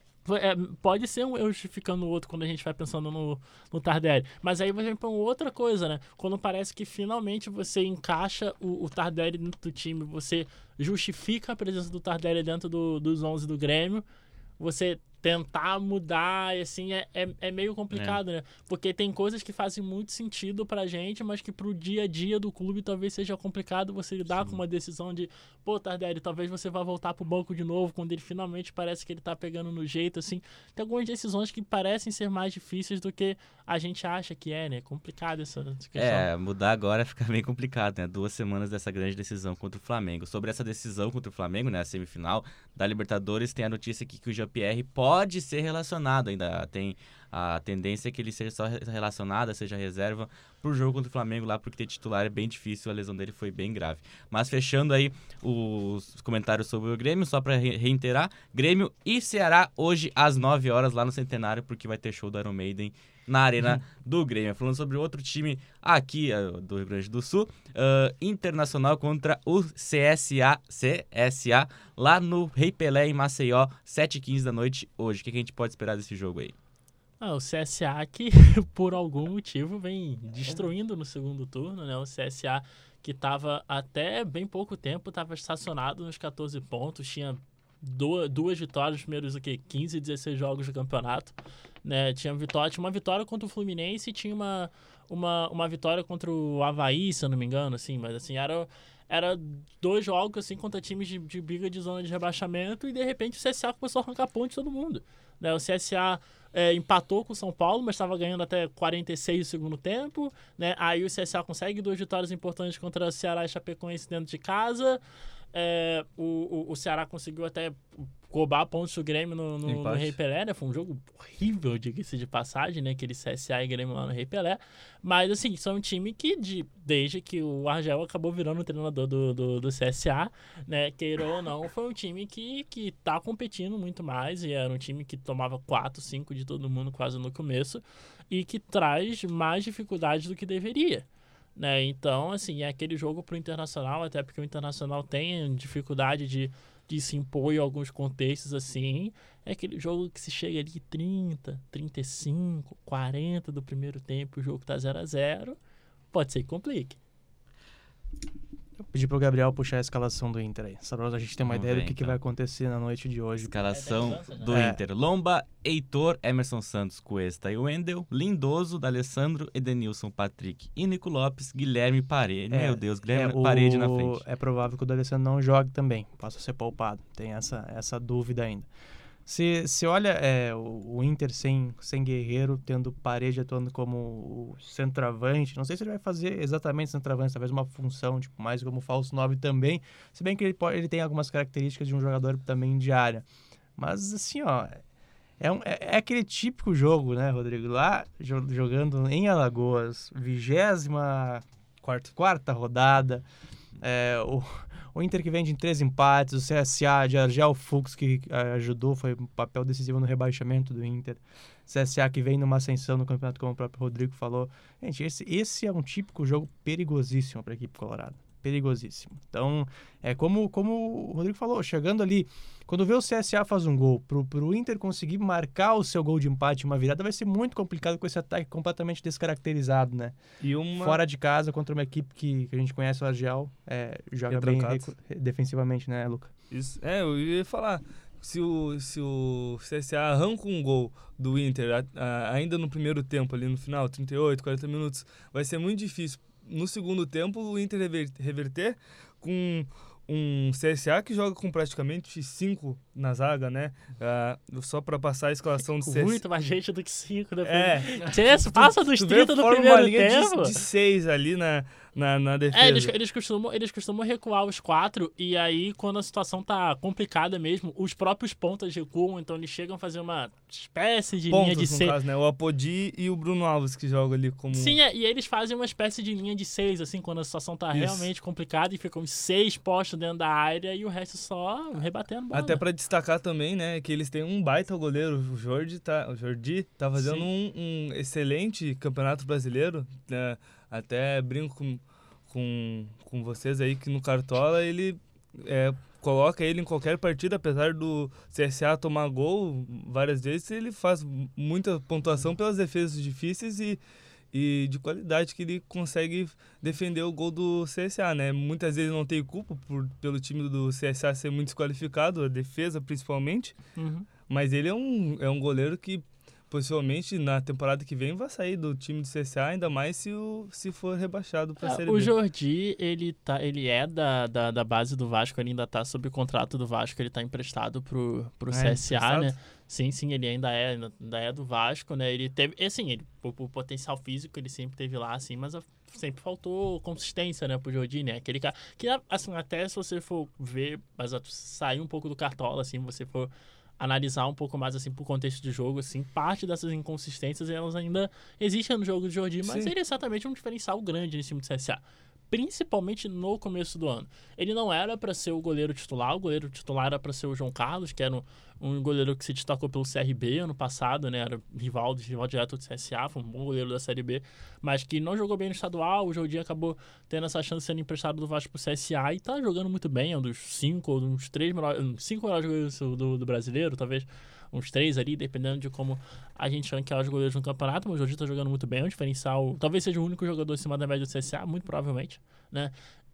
É, pode ser um eu justificando o outro quando a gente vai pensando no, no Tardelli. Mas aí vai para outra coisa, né? Quando parece que finalmente você encaixa o, o Tardelli dentro do time, você justifica a presença do Tardelli dentro do, dos onze do Grêmio, você tentar mudar, assim, é, é, é meio complicado, é. né? Porque tem coisas que fazem muito sentido pra gente, mas que pro dia a dia do clube talvez seja complicado você lidar Sim. com uma decisão de, pô, Tardelli, talvez você vá voltar pro banco de novo, quando ele finalmente parece que ele tá pegando no jeito, assim. Tem algumas decisões que parecem ser mais difíceis do que a gente acha que é, né? É complicado essa, essa questão. É, mudar agora fica bem complicado, né? Duas semanas dessa grande decisão contra o Flamengo. Sobre essa decisão contra o Flamengo, né? A semifinal da Libertadores, tem a notícia aqui que o Jean-Pierre pode ser relacionado, ainda tem a tendência que ele seja só relacionado, seja reserva pro jogo contra o Flamengo lá, porque ter titular é bem difícil, a lesão dele foi bem grave. Mas fechando aí os comentários sobre o Grêmio, só para reiterar, Grêmio e Ceará hoje às nove horas lá no Centenário, porque vai ter show do Iron Maiden na Arena uhum. do Grêmio. Falando sobre outro time aqui uh, do Rio Grande do Sul, uh, Internacional contra o C S A, C S A lá no Rei Pelé em Maceió, sete e quinze da noite hoje. O que, que a gente pode esperar desse jogo aí? Ah, o C S A que, por algum motivo, vem destruindo no segundo turno, né? O C S A que estava até bem pouco tempo, estava estacionado nos catorze pontos, tinha duas, duas vitórias nos primeiros o quê? quinze, dezesseis jogos do campeonato, né? Tinha, vitória, tinha uma vitória contra o Fluminense e tinha uma, uma, uma vitória contra o Avaí, se eu não me engano, assim, mas assim, era... Era dois jogos, assim, contra times de, de briga de zona de rebaixamento e, de repente, o C S A começou a arrancar pontos de todo mundo. Né? O C S A é, empatou com o São Paulo, mas estava ganhando até quarenta e seis no segundo tempo. Né? Aí o C S A consegue duas vitórias importantes contra o Ceará e Chapecoense dentro de casa. É, o, o, o Ceará conseguiu até roubar pontos do Grêmio no, no, no Rei Pelé, né? Foi um jogo horrível, diga-se de passagem, né? Aquele C S A e Grêmio lá no Rei Pelé. Mas, assim, são um time que, de, desde que o Argel acabou virando o treinador do, do, do C S A, né? Queira ou não, foi um time que, que tá competindo muito mais. E era um time que tomava quatro, cinco de todo mundo quase no começo. E que traz mais dificuldades do que deveria. Né? Então, assim, é aquele jogo pro Internacional, até porque o Internacional tem dificuldade de, de se impor em alguns contextos, assim. É aquele jogo que se chega ali trinta, trinta e cinco, quarenta do primeiro tempo, o jogo tá zero a zero, pode ser que complique. Eu pedi pro Gabriel puxar a escalação do Inter aí. Só pra a gente ter uma Vamos ideia ver, do que, então. que vai acontecer na noite de hoje. Escalação É, do é. Inter. Lomba, Heitor, Emerson Santos, Cuesta e Wendel, Lindoso, D'Alessandro, Edenilson, Patrick e Nico Lopes, Guilherme Parede. É, Meu Deus, Guilherme é, Parede o- na frente. É provável que o D'Alessandro não jogue também. Possa ser poupado. Tem essa, essa dúvida ainda. Se, se olha é, o, o Inter sem, sem Guerreiro, tendo Parede atuando como o centroavante, não sei se ele vai fazer exatamente centroavante, talvez uma função tipo, mais como falso nove também, se bem que ele, pode, ele tem algumas características de um jogador também de área. Mas assim, ó, é, um, é, é aquele típico jogo, né, Rodrigo? Lá, jo- jogando em Alagoas, vigésima Quarto. quarta rodada, é, o, o Inter que vem de três empates, o C S A de Argel Fux que eh, ajudou, foi um papel decisivo no rebaixamento do Inter, C S A que vem numa ascensão no campeonato, como o próprio Rodrigo falou. Gente, esse, esse é um típico jogo perigosíssimo para a equipe colorada, perigosíssimo. Então, é como, como o Rodrigo falou, chegando ali, quando vê o C S A faz um gol, pro, pro Inter conseguir marcar o seu gol de empate, uma virada, vai ser muito complicado com esse ataque completamente descaracterizado, né? E uma... Fora de casa, contra uma equipe que, que a gente conhece, o Argel, é, joga bem Retrancado. recu- defensivamente, né, Luca? Isso, é, eu ia falar. Se o, se o C S A arranca um gol do Inter a, a, ainda no primeiro tempo, ali no final, trinta e oito, quarenta minutos, vai ser muito difícil. No segundo tempo, o Inter rever, reverter com um C S A que joga com praticamente cinco na zaga, né? Uh, só para passar a escalação do C S A. Muito mais gente do que cinco. Né? É. Tchê, passa dos Tu vê, trinta do forma primeiro uma linha tempo. de, de seis ali na, na, na defesa. É, eles, eles, costumam, eles costumam recuar os quatro, e aí, quando a situação tá complicada mesmo, os próprios pontas recuam, então eles chegam a fazer uma espécie de Pontos, linha de no seis. caso, né? O Apodi e o Bruno Alves que jogam ali como... Sim, é, e eles fazem uma espécie de linha de seis, assim, quando a situação tá Isso. realmente complicada, e ficam seis postos dentro da área e o resto só rebatendo bola. Até para destacar também, né, que eles têm um baita goleiro. O Jordi tá, o Jordi tá fazendo um, um excelente campeonato brasileiro. Né? Até brinco com, com, com vocês aí que no Cartola ele é, coloca ele em qualquer partida, apesar do C S A tomar gol várias vezes, ele faz muita pontuação pelas defesas difíceis e e de qualidade que ele consegue defender o gol do C S A, né? Muitas vezes não tem culpa por, pelo time do C S A ser muito desqualificado, a defesa principalmente, Uhum. mas ele é um, é um goleiro que possivelmente na temporada que vem vai sair do time do C S A, ainda mais se, o, se for rebaixado para a É, Série o B. Jordi, ele, tá, ele é da, da, da base do Vasco, ele ainda tá sob o contrato do Vasco, ele tá emprestado pro, pro É, C S A, emprestado? né? Sim, sim, ele ainda é, ainda é do Vasco, né? Ele teve, assim, ele, o, o potencial físico ele sempre teve lá, assim, mas a, sempre faltou consistência, né, pro Jordi, né? Aquele cara que, assim, até se você for ver, mas sair um pouco do Cartola, assim, você for analisar um pouco mais, assim, pro contexto de jogo, assim, parte dessas inconsistências, elas ainda existem no jogo do Jordi, mas Sim. ele é exatamente um diferencial grande nesse time do C S A. Principalmente no começo do ano. Ele não era para ser o goleiro titular, o goleiro titular era para ser o João Carlos, que era um, um goleiro que se destacou pelo C R B ano passado, né? Era rival, rival direto do C S A, foi um bom goleiro da Série B, mas que não jogou bem no estadual. O Jordi acabou tendo essa chance de sendo emprestado do Vasco pro C S A e tá jogando muito bem, é um dos cinco ou dos três melhores, cinco melhores jogadores do, do brasileiro, talvez uns três ali, dependendo de como a gente ranquear os goleiros no campeonato, mas o Jordi tá jogando muito bem, é um diferencial, talvez seja o único jogador acima da média do C S A, muito provavelmente, né?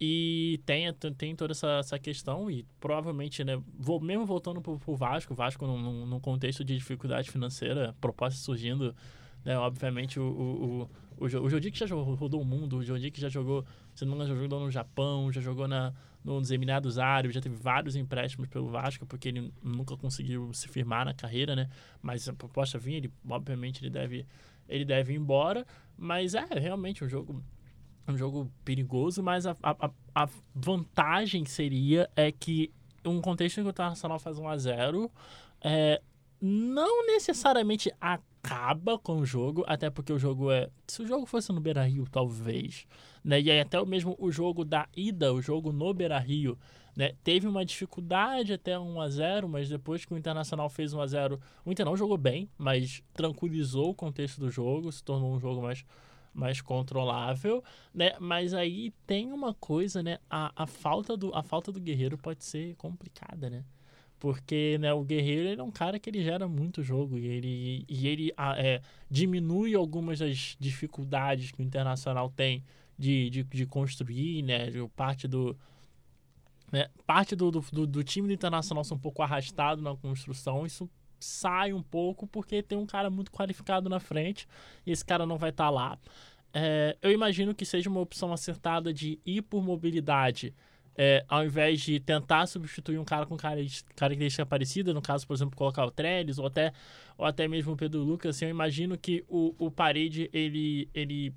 E tem, tem toda essa, essa questão e provavelmente, né, vou, mesmo voltando pro, pro Vasco, o Vasco num, num contexto de dificuldade financeira, proposta surgindo, né, obviamente o, o, o, o, o Jordi que já jogou, rodou o mundo, o Jordi que já jogou, se não me engano, já jogou no Japão, já jogou na, nos Emirados Árabes, já teve vários empréstimos pelo Vasco, porque ele nunca conseguiu se firmar na carreira, né, mas a proposta vinha, ele, obviamente ele deve, ele deve ir embora, mas é realmente um jogo... um jogo perigoso, mas a, a, a vantagem seria é que um contexto em que o Internacional faz um a zero é, não necessariamente acaba com o jogo, até porque o jogo é... Se o jogo fosse no Beira-Rio, talvez, né? E aí até mesmo o jogo da ida, o jogo no Beira-Rio, né? Teve uma dificuldade até um a zero, mas depois que o Internacional fez um a zero, o Inter não jogou bem, mas tranquilizou o contexto do jogo, se tornou um jogo mais... mais controlável, né? Mas aí tem uma coisa, né? A, a, falta do, a falta do Guerreiro pode ser complicada, né? Porque, né, o Guerreiro ele é um cara que ele gera muito jogo e ele, e ele a, é, diminui algumas das dificuldades que o Internacional tem de, de, de construir, né? De parte do... Né, parte do, do, do time do Internacional ser um pouco arrastado na construção, isso sai um pouco porque tem um cara muito qualificado na frente e esse cara não vai estar tá lá. É, eu imagino que seja uma opção acertada de ir por mobilidade, é, ao invés de tentar substituir um cara com característica parecida, no caso, por exemplo, colocar o Trellis ou até, ou até mesmo o Pedro Lucas. Assim, eu imagino que o, o Parede, ele... ele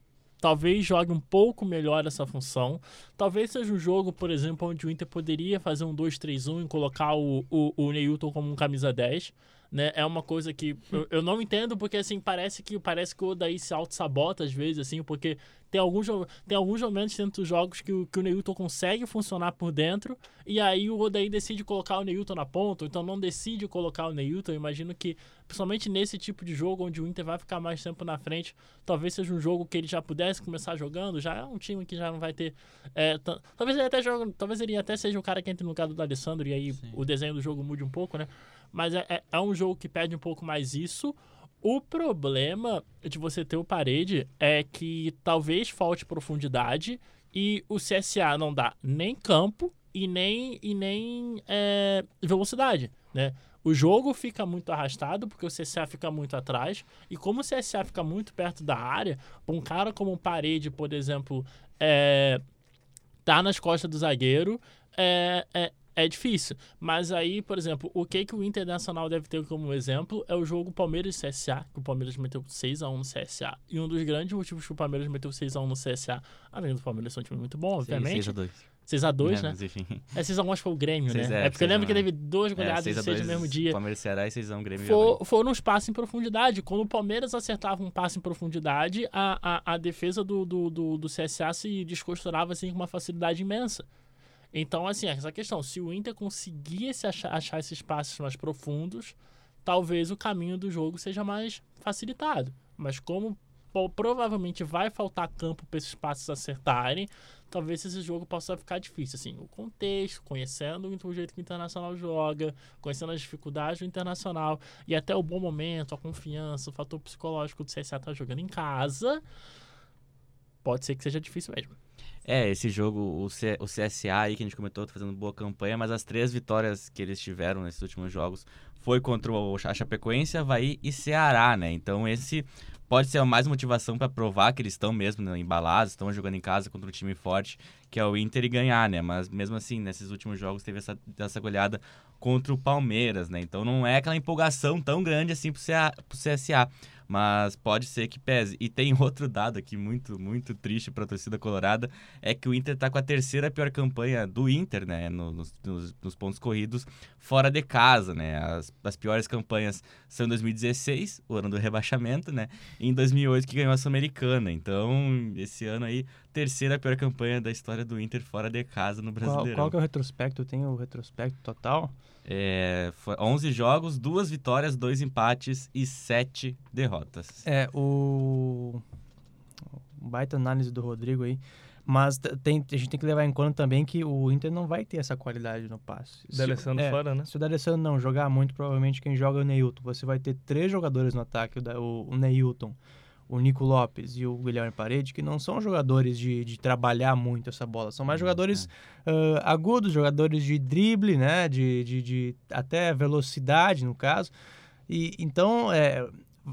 talvez jogue um pouco melhor essa função. Talvez seja um jogo, por exemplo, onde o Inter poderia fazer um dois três um e colocar o, o, o Neilton como um camisa dez. Né? É uma coisa que eu, eu não entendo, porque assim, parece que, parece que o Odair se auto-sabota às vezes, assim, porque tem alguns, tem alguns momentos dentro dos jogos que o, que o Neilton consegue funcionar por dentro, e aí o Odair decide colocar o Neilton na ponta, então não decide colocar o Neilton. Eu imagino que, principalmente nesse tipo de jogo, onde o Inter vai ficar mais tempo na frente, talvez seja um jogo que ele já pudesse começar jogando, já é um time que já não vai ter... É, t- talvez, ele até jogue, talvez ele até seja o cara que entre no lugar do D'Alessandro, e aí Sim. o desenho do jogo mude um pouco, né? Mas é, é, é um jogo que pede um pouco mais isso. O problema de você ter o Parede é que talvez falte profundidade e o C S A não dá nem campo e nem, e nem é, velocidade, né? O jogo fica muito arrastado porque o C S A fica muito atrás, e como o C S A fica muito perto da área, um cara como o Parede, por exemplo, é, tá nas costas do zagueiro, é, é É difícil, mas aí, por exemplo, o que, que o Internacional deve ter como exemplo é o jogo Palmeiras e C S A, que o Palmeiras meteu seis a um no C S A. E um dos grandes motivos que o Palmeiras meteu seis a um no C S A, além do Palmeiras ser um time muito bom, obviamente. seis a dois seis a dois, é, né? Mas enfim. É seis a um, acho que foi o Grêmio, seis, né? é, É porque eu lembro que é. teve duas goleadas É, de seis no mesmo dia. Palmeiras e Ceará e seis a um Grêmio. For, foram uns passes em profundidade. Quando o Palmeiras acertava um passe em profundidade, a, a, a defesa do, do, do, do C S A se descosturava assim com uma facilidade imensa. Então, assim, essa questão, se o Inter conseguisse achar, achar esses passes mais profundos, talvez o caminho do jogo seja mais facilitado. Mas como pô, provavelmente vai faltar campo para esses passes acertarem, talvez esse jogo possa ficar difícil. Assim, o contexto, conhecendo o jeito que o Internacional joga, conhecendo as dificuldades do Internacional e até o bom momento, a confiança, o fator psicológico do C S A estar jogando em casa, pode ser que seja difícil mesmo. É, esse jogo, o, C, o C S A aí que a gente comentou, tá fazendo boa campanha, mas as três vitórias que eles tiveram nesses últimos jogos foi contra o a Chapecoense, Avaí e Ceará, né? Então esse pode ser a mais motivação para provar que eles estão mesmo, né, embalados, estão jogando em casa contra um time forte, que é o Inter, e ganhar, né? Mas mesmo assim, nesses últimos jogos teve essa, essa goleada contra o Palmeiras, né? Então não é aquela empolgação tão grande assim pro, C A, pro C S A. Mas pode ser que pese. E tem outro dado aqui muito, muito triste para a torcida colorada, é que o Inter está com a terceira pior campanha do Inter, né, nos, nos, nos pontos corridos, fora de casa, né. As, as piores campanhas são em dois mil e dezesseis, o ano do rebaixamento, né, e em dois mil e oito que ganhou a Sul-Americana. Então, esse ano aí, terceira pior campanha da história do Inter fora de casa no Brasileirão. Qual, qual que é o retrospecto? Tem o retrospecto total? É, foi onze jogos, duas vitórias, dois empates e sete derrotas. É, o... baita análise do Rodrigo aí. Mas tem, a gente tem que levar em conta também que o Inter não vai ter essa qualidade no passe. O D'Alessandro é, fora, né? Se o D'Alessandro não jogar muito, provavelmente quem joga é o Neilton. Você vai ter três jogadores no ataque, o, o Neilton, o Nico Lopes e o Guilherme Parede, que não são jogadores de, de trabalhar muito essa bola. São mais jogadores uh, agudos, jogadores de drible, né? De, de, de até velocidade, no caso. E, então, é,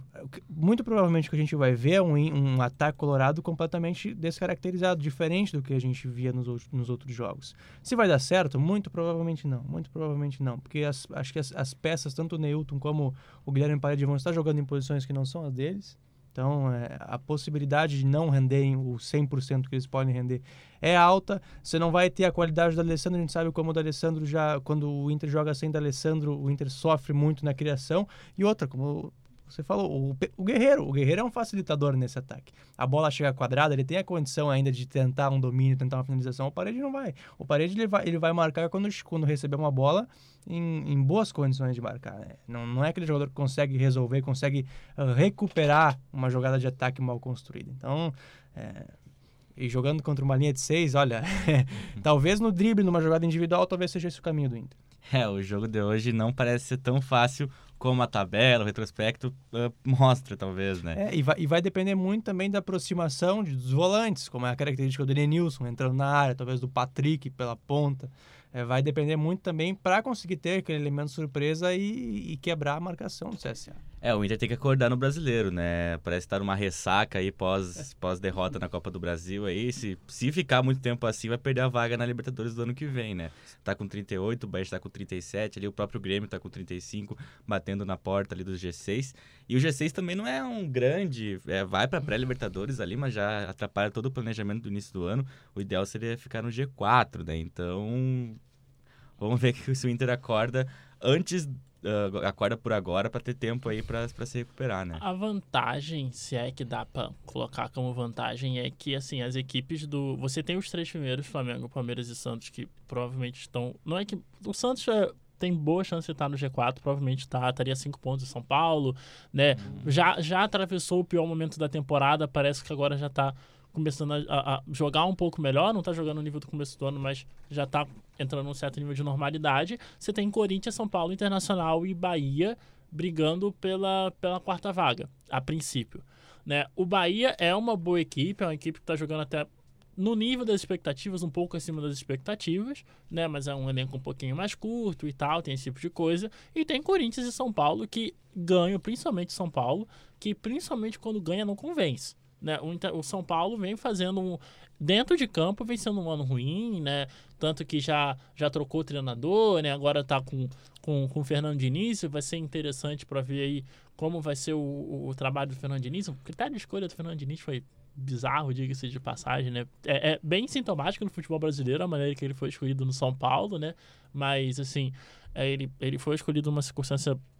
muito provavelmente o que a gente vai ver é um, um ataque colorado completamente descaracterizado, diferente do que a gente via nos, nos outros jogos. Se vai dar certo? Muito provavelmente não. Muito provavelmente não. Porque as, acho que as, as peças, tanto o Neilton como o Guilherme Parede, vão estar jogando em posições que não são as deles. Então, é, a possibilidade de não renderem o cem por cento que eles podem render é alta. Você não vai ter a qualidade do D'Alessandro. A gente sabe como o D'Alessandro já... Quando o Inter joga sem D'Alessandro, o Inter sofre muito na criação. E outra, como você falou, o, o Guerreiro. O Guerreiro é um facilitador nesse ataque. A bola chega quadrada, ele tem a condição ainda de tentar um domínio, tentar uma finalização. O Parede não vai. O Parede ele vai, ele vai marcar quando, quando receber uma bola em, em boas condições de marcar. Né? Não, não é aquele jogador que consegue resolver, consegue uh, recuperar uma jogada de ataque mal construída. Então, é, e jogando contra uma linha de seis, olha, talvez no drible, numa jogada individual, talvez seja esse o caminho do Inter. É, o jogo de hoje não parece ser tão fácil como a tabela, o retrospecto uh, mostra, talvez, né? É, e vai, e vai depender muito também da aproximação de, dos volantes, como é a característica do Edenilson entrando na área, talvez do Patrick pela ponta. É, vai depender muito também para conseguir ter aquele elemento surpresa e, e quebrar a marcação do C S A. É, o Inter tem que acordar no Brasileiro, né? Parece estar numa ressaca aí pós, pós derrota na Copa do Brasil aí. Se, se ficar muito tempo assim, vai perder a vaga na Libertadores do ano que vem, né? Tá com trinta e oito, o Bahia tá com trinta e sete, ali o próprio Grêmio tá com trinta e cinco, batendo na porta ali do G seis. E o G seis também não é um grande... É, vai pra pré-Libertadores ali, mas já atrapalha todo o planejamento do início do ano. O ideal seria ficar no G quatro, né? Então, vamos ver que se o Inter acorda antes... Uh, acorda por agora para ter tempo aí para se recuperar, né? A vantagem, se é que dá para colocar como vantagem, é que assim, as equipes do... Você tem os três primeiros, Flamengo, Palmeiras e Santos, que provavelmente estão... Não é que... O Santos é... tem boa chance de estar no G quatro, provavelmente tá, estaria cinco pontos em São Paulo, né? Hum. Já, já atravessou o pior momento da temporada, parece que agora já tá começando a, a, a jogar um pouco melhor, não tá jogando no nível do começo do ano, mas já tá entrando num certo nível de normalidade. Você tem Corinthians, São Paulo, Internacional e Bahia brigando pela, pela quarta vaga, a princípio, né? O Bahia é uma boa equipe, é uma equipe que tá jogando até no nível das expectativas, um pouco acima das expectativas, né? Mas é um elenco um pouquinho mais curto e tal, tem esse tipo de coisa. E tem Corinthians e São Paulo que ganham, principalmente São Paulo, que principalmente quando ganha não convence. Né? O, o São Paulo vem fazendo um, dentro de campo, vem sendo um ano ruim, né? Tanto que já, já trocou o treinador, né? Agora tá com, com, com o Fernando Diniz. Vai ser interessante para ver aí como vai ser o, o, o trabalho do Fernando Diniz. O critério de escolha do Fernando Diniz foi bizarro, diga-se de passagem, né? É, é bem sintomático no futebol brasileiro a maneira que ele foi escolhido no São Paulo, né? Mas, assim, é, ele, ele foi escolhido numa circunstância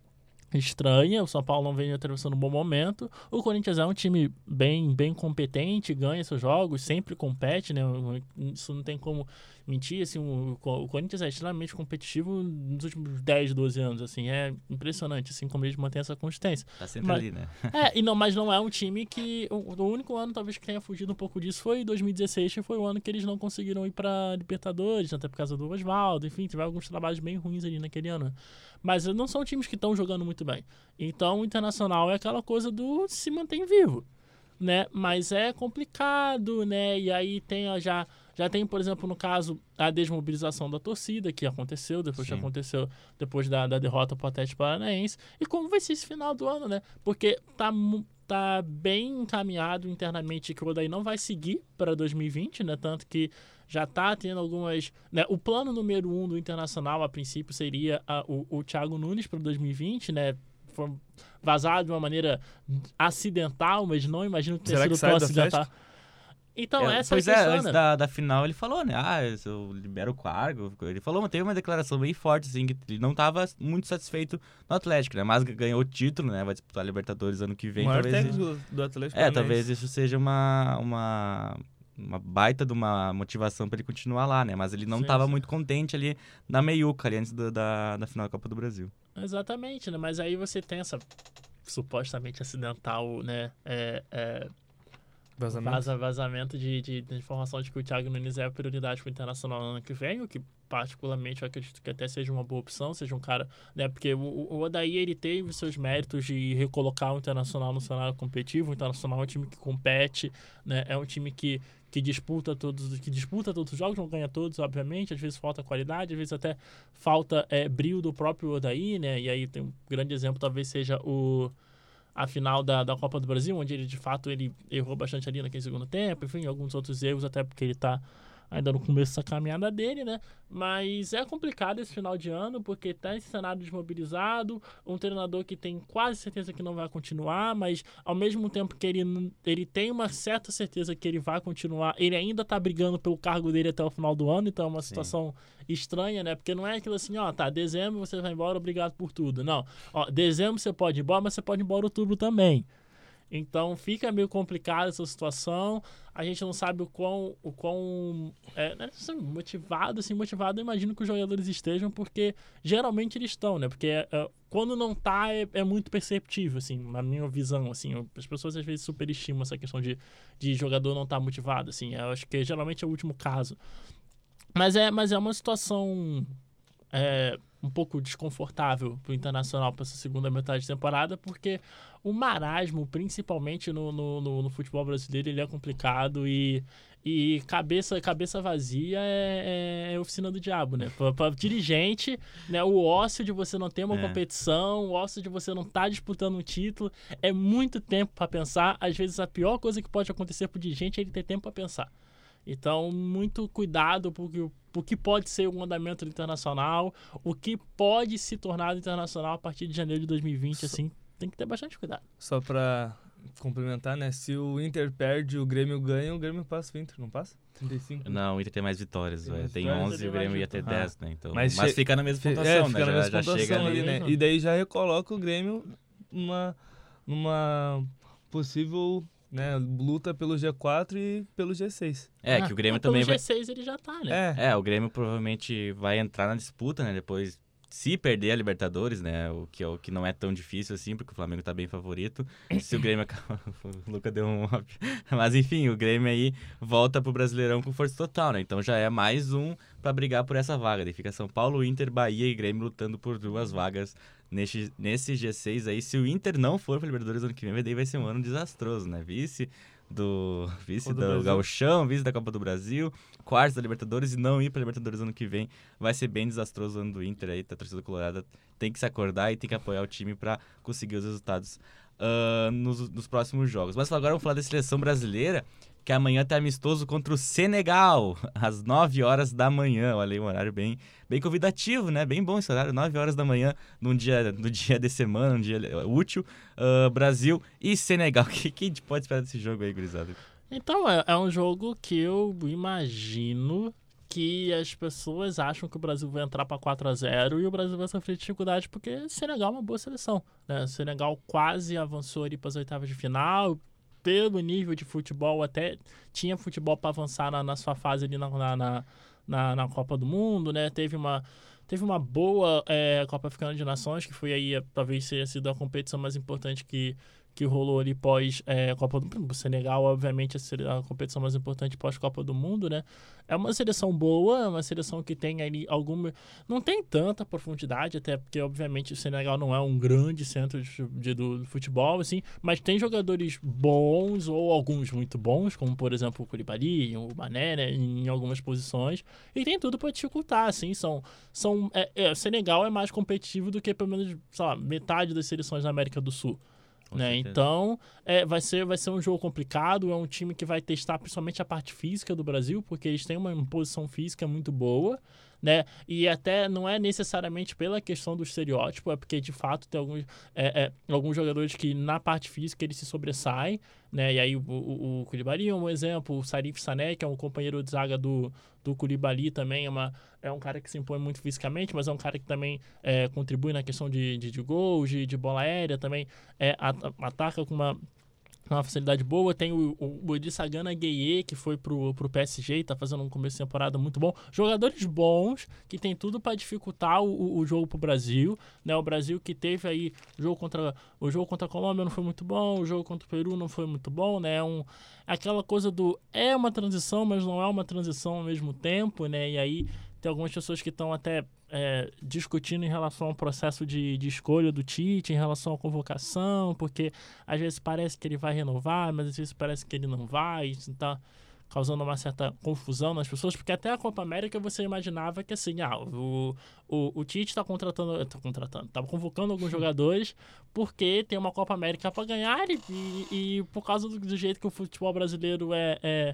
estranha, o São Paulo não vem atravessando um bom momento. O Corinthians é um time bem, bem competente, ganha seus jogos, sempre compete, né? Isso não tem como mentir, assim, o, o Corinthians é extremamente competitivo nos últimos dez, doze anos, assim, é impressionante, assim, como eles mantêm essa consistência. Tá sempre mas, ali, né? É, e não, mas não é um time que... O, o único ano, talvez, que tenha fugido um pouco disso foi dois mil e dezesseis, que foi o ano que eles não conseguiram ir pra Libertadores, até por causa do Oswaldo, enfim, tiveram alguns trabalhos bem ruins ali naquele ano. Mas não são times que estão jogando muito bem. Então, o Internacional é aquela coisa do se mantém vivo, né? Mas é complicado, né? E aí tem ó, já... Já tem, por exemplo, no caso, a desmobilização da torcida, que aconteceu, depois Sim. que aconteceu depois da, da derrota para o Atlético Paranaense. E como vai ser esse final do ano, né? Porque tá, tá bem encaminhado internamente que o Odaí não vai seguir para dois mil e vinte, né? Tanto que já tá tendo algumas... Né? O plano número um do Internacional, a princípio, seria a, o, o Thiago Nunes para dois mil e vinte, né? Foi vazado de uma maneira acidental, mas não imagino que tenha Será sido que sai tão do acidental. Atlético? Então, É, essa pois é a é, questão, antes né? da, da final ele falou, né? Ah, eu libero o cargo. Ele falou, mas teve uma declaração bem forte, assim, que ele não estava muito satisfeito no Atlético, né? Mas ganhou o título, né? Vai disputar a Libertadores ano que vem. O maior talvez técnico do, do Atlético É, Paranaense. talvez isso seja uma, uma, uma baita de uma motivação para ele continuar lá, né? Mas ele não Sim, estava sim. muito contente ali na meiuca, ali antes do, da, da final da Copa do Brasil. Exatamente, né? Mas aí você tem essa supostamente acidental, né? É, é, Vazamento. vaza, vazamento de, de, de informação de que o Thiago Nunes é a prioridade para o Internacional no ano que vem, o que particularmente eu acredito que até seja uma boa opção, seja um cara, né? Porque o, o Odaí, ele teve seus méritos de recolocar o Internacional no cenário competitivo. O Internacional é um time que compete, né? É um time que que disputa todos, que disputa todos os jogos, não ganha todos, obviamente, às vezes falta qualidade, às vezes até falta é, brilho do próprio Odaí, né? E aí tem um grande exemplo, talvez seja o a final da, da Copa do Brasil, onde ele, de fato, ele errou bastante ali naquele segundo tempo, enfim, alguns outros erros, até porque ele tá ainda no começo dessa caminhada dele, né? Mas é complicado esse final de ano, porque tá esse cenário desmobilizado, um treinador que tem quase certeza que não vai continuar, mas ao mesmo tempo que ele, ele tem uma certa certeza que ele vai continuar, ele ainda tá brigando pelo cargo dele até o final do ano, então é uma situação Sim. estranha, né? Porque não é aquilo assim, ó, tá, dezembro você vai embora, obrigado por tudo. Não, ó, dezembro você pode ir embora, mas você pode ir embora em outubro também. Então fica meio complicada essa situação. A gente não sabe o quão, o quão é, né, motivado, assim, motivado eu imagino que os jogadores estejam, porque geralmente eles estão, né? Porque é, é, quando não tá, é, é muito perceptível, assim, na minha visão, assim. Eu, as pessoas às vezes superestimam essa questão de, de jogador não estar tá motivado, assim. Eu acho que geralmente é o último caso. Mas é, mas é uma situação... É, um pouco desconfortável pro Internacional para essa segunda metade de temporada, porque o marasmo, principalmente no, no, no, no futebol brasileiro, ele é complicado e, e cabeça, cabeça vazia é, é oficina do diabo, né? Para dirigente, né, o ócio de você não ter uma É. competição, o ócio de você não estar tá disputando um título, é muito tempo para pensar. Às vezes a pior coisa que pode acontecer pro dirigente é ele ter tempo para pensar. Então, muito cuidado porque o que pode ser o andamento do Internacional, o que pode se tornar do Internacional a partir de janeiro de dois mil e vinte, assim, tem que ter bastante cuidado. Só pra complementar, né? Se o Inter perde, o Grêmio ganha, o Grêmio passa o Inter, não passa? trinta e cinco? Não, o Inter tem mais vitórias, Tem velho. mais Tem vitórias, onze e o tem Grêmio mais ia ter vitórias. dez, né? Então, Mas mas che- fica na mesma É, pontuação, fica né? na Já, mesma já pontuação chega ali, ali. né? E daí já recoloca o Grêmio numa, numa possível, né, luta pelo G quatro e pelo G seis. É, Ah, que o Grêmio ah, também pelo vai... G seis ele já tá, né? É, É, o Grêmio provavelmente vai entrar na disputa, né? Depois, se perder a Libertadores, né? O que, é o que não é tão difícil assim, porque o Flamengo tá bem favorito. Se o Grêmio... acaba- o Luca deu um... Mas enfim, o Grêmio aí volta pro Brasileirão com força total, né? Então já é mais um pra brigar por essa vaga. Daí fica São Paulo, Inter, Bahia e Grêmio lutando por duas vagas nesse, nesse G seis aí. Se o Inter não for pra Libertadores ano que vem, daí vai ser um ano desastroso, né? Vice... do vice Copa do do Brasil. Gauchão, vice da Copa do Brasil, quartos da Libertadores e não ir pra Libertadores ano que vem. Vai ser bem desastroso o ano do Inter aí, a torcida colorada tem que se acordar e tem que apoiar o time pra conseguir os resultados uh, nos, nos próximos jogos. Mas agora vamos falar da seleção brasileira, que amanhã tem amistoso contra o Senegal, às nove horas da manhã. Olha aí, um horário bem, bem convidativo, né? Bem bom esse horário, nove horas da manhã, num dia, no dia de semana, um dia útil. Uh, Brasil e Senegal. O que, que a gente pode esperar desse jogo aí, gurizada? Então, é, é um jogo que eu imagino que as pessoas acham que o Brasil vai entrar para quatro a zero e o Brasil vai sofrer dificuldade porque o Senegal é uma boa seleção, né? O Senegal quase avançou ali para as oitavas de final, pelo nível de futebol, até tinha futebol para avançar na, na sua fase ali na, na, na, na Copa do Mundo, né? Teve uma, teve uma boa é, Copa Africana de Nações, que foi aí, talvez tenha sido a competição mais importante que que rolou ali pós é, Copa do Mundo. O Senegal, obviamente, a, a competição mais importante pós-Copa do Mundo, né? É uma seleção boa, é uma seleção que tem ali alguma... Não tem tanta profundidade, até porque, obviamente, o Senegal não é um grande centro de, de, do futebol, assim, mas tem jogadores bons, ou alguns muito bons, como, por exemplo, o Koulibaly, o Mané, né, em algumas posições, e tem tudo para dificultar, assim, são... são é, é, o Senegal é mais competitivo do que, pelo menos, sei lá, metade das seleções da América do Sul. Né? Então, é, vai, ser, vai ser um jogo complicado, é um time que vai testar principalmente a parte física do Brasil, porque eles têm uma posição física muito boa, né? E até não é necessariamente pela questão do estereótipo, é porque de fato tem alguns, é, é, alguns jogadores que na parte física eles se sobressaem, né? E aí o, o, o Koulibaly é um exemplo, o Salif Sané, que é um companheiro de zaga do, do Koulibaly também, é, uma, é um cara que se impõe muito fisicamente, mas é um cara que também é, contribui na questão de, de, de gols, de, de bola aérea, também é, ataca com uma... uma facilidade boa. Tem o, o, o Idrissa Gana Gueye, que foi pro, pro P S G e tá fazendo um começo de temporada muito bom. Jogadores bons, que tem tudo para dificultar o, o jogo pro Brasil, né? O Brasil que teve aí o jogo contra, o jogo contra a Colômbia não foi muito bom, o jogo contra o Peru não foi muito bom, né? Um, aquela coisa do é uma transição, mas não é uma transição ao mesmo tempo, né? E aí tem algumas pessoas que estão até é, discutindo em relação ao processo de, de escolha do Tite, em relação à convocação, porque às vezes parece que ele vai renovar, mas às vezes parece que ele não vai, isso está causando uma certa confusão nas pessoas, porque até a Copa América você imaginava que assim, ah, o, o, o Tite está contratando, tá contratando, tá convocando alguns jogadores porque tem uma Copa América para ganhar e, e, e por causa do, do jeito que o futebol brasileiro é, é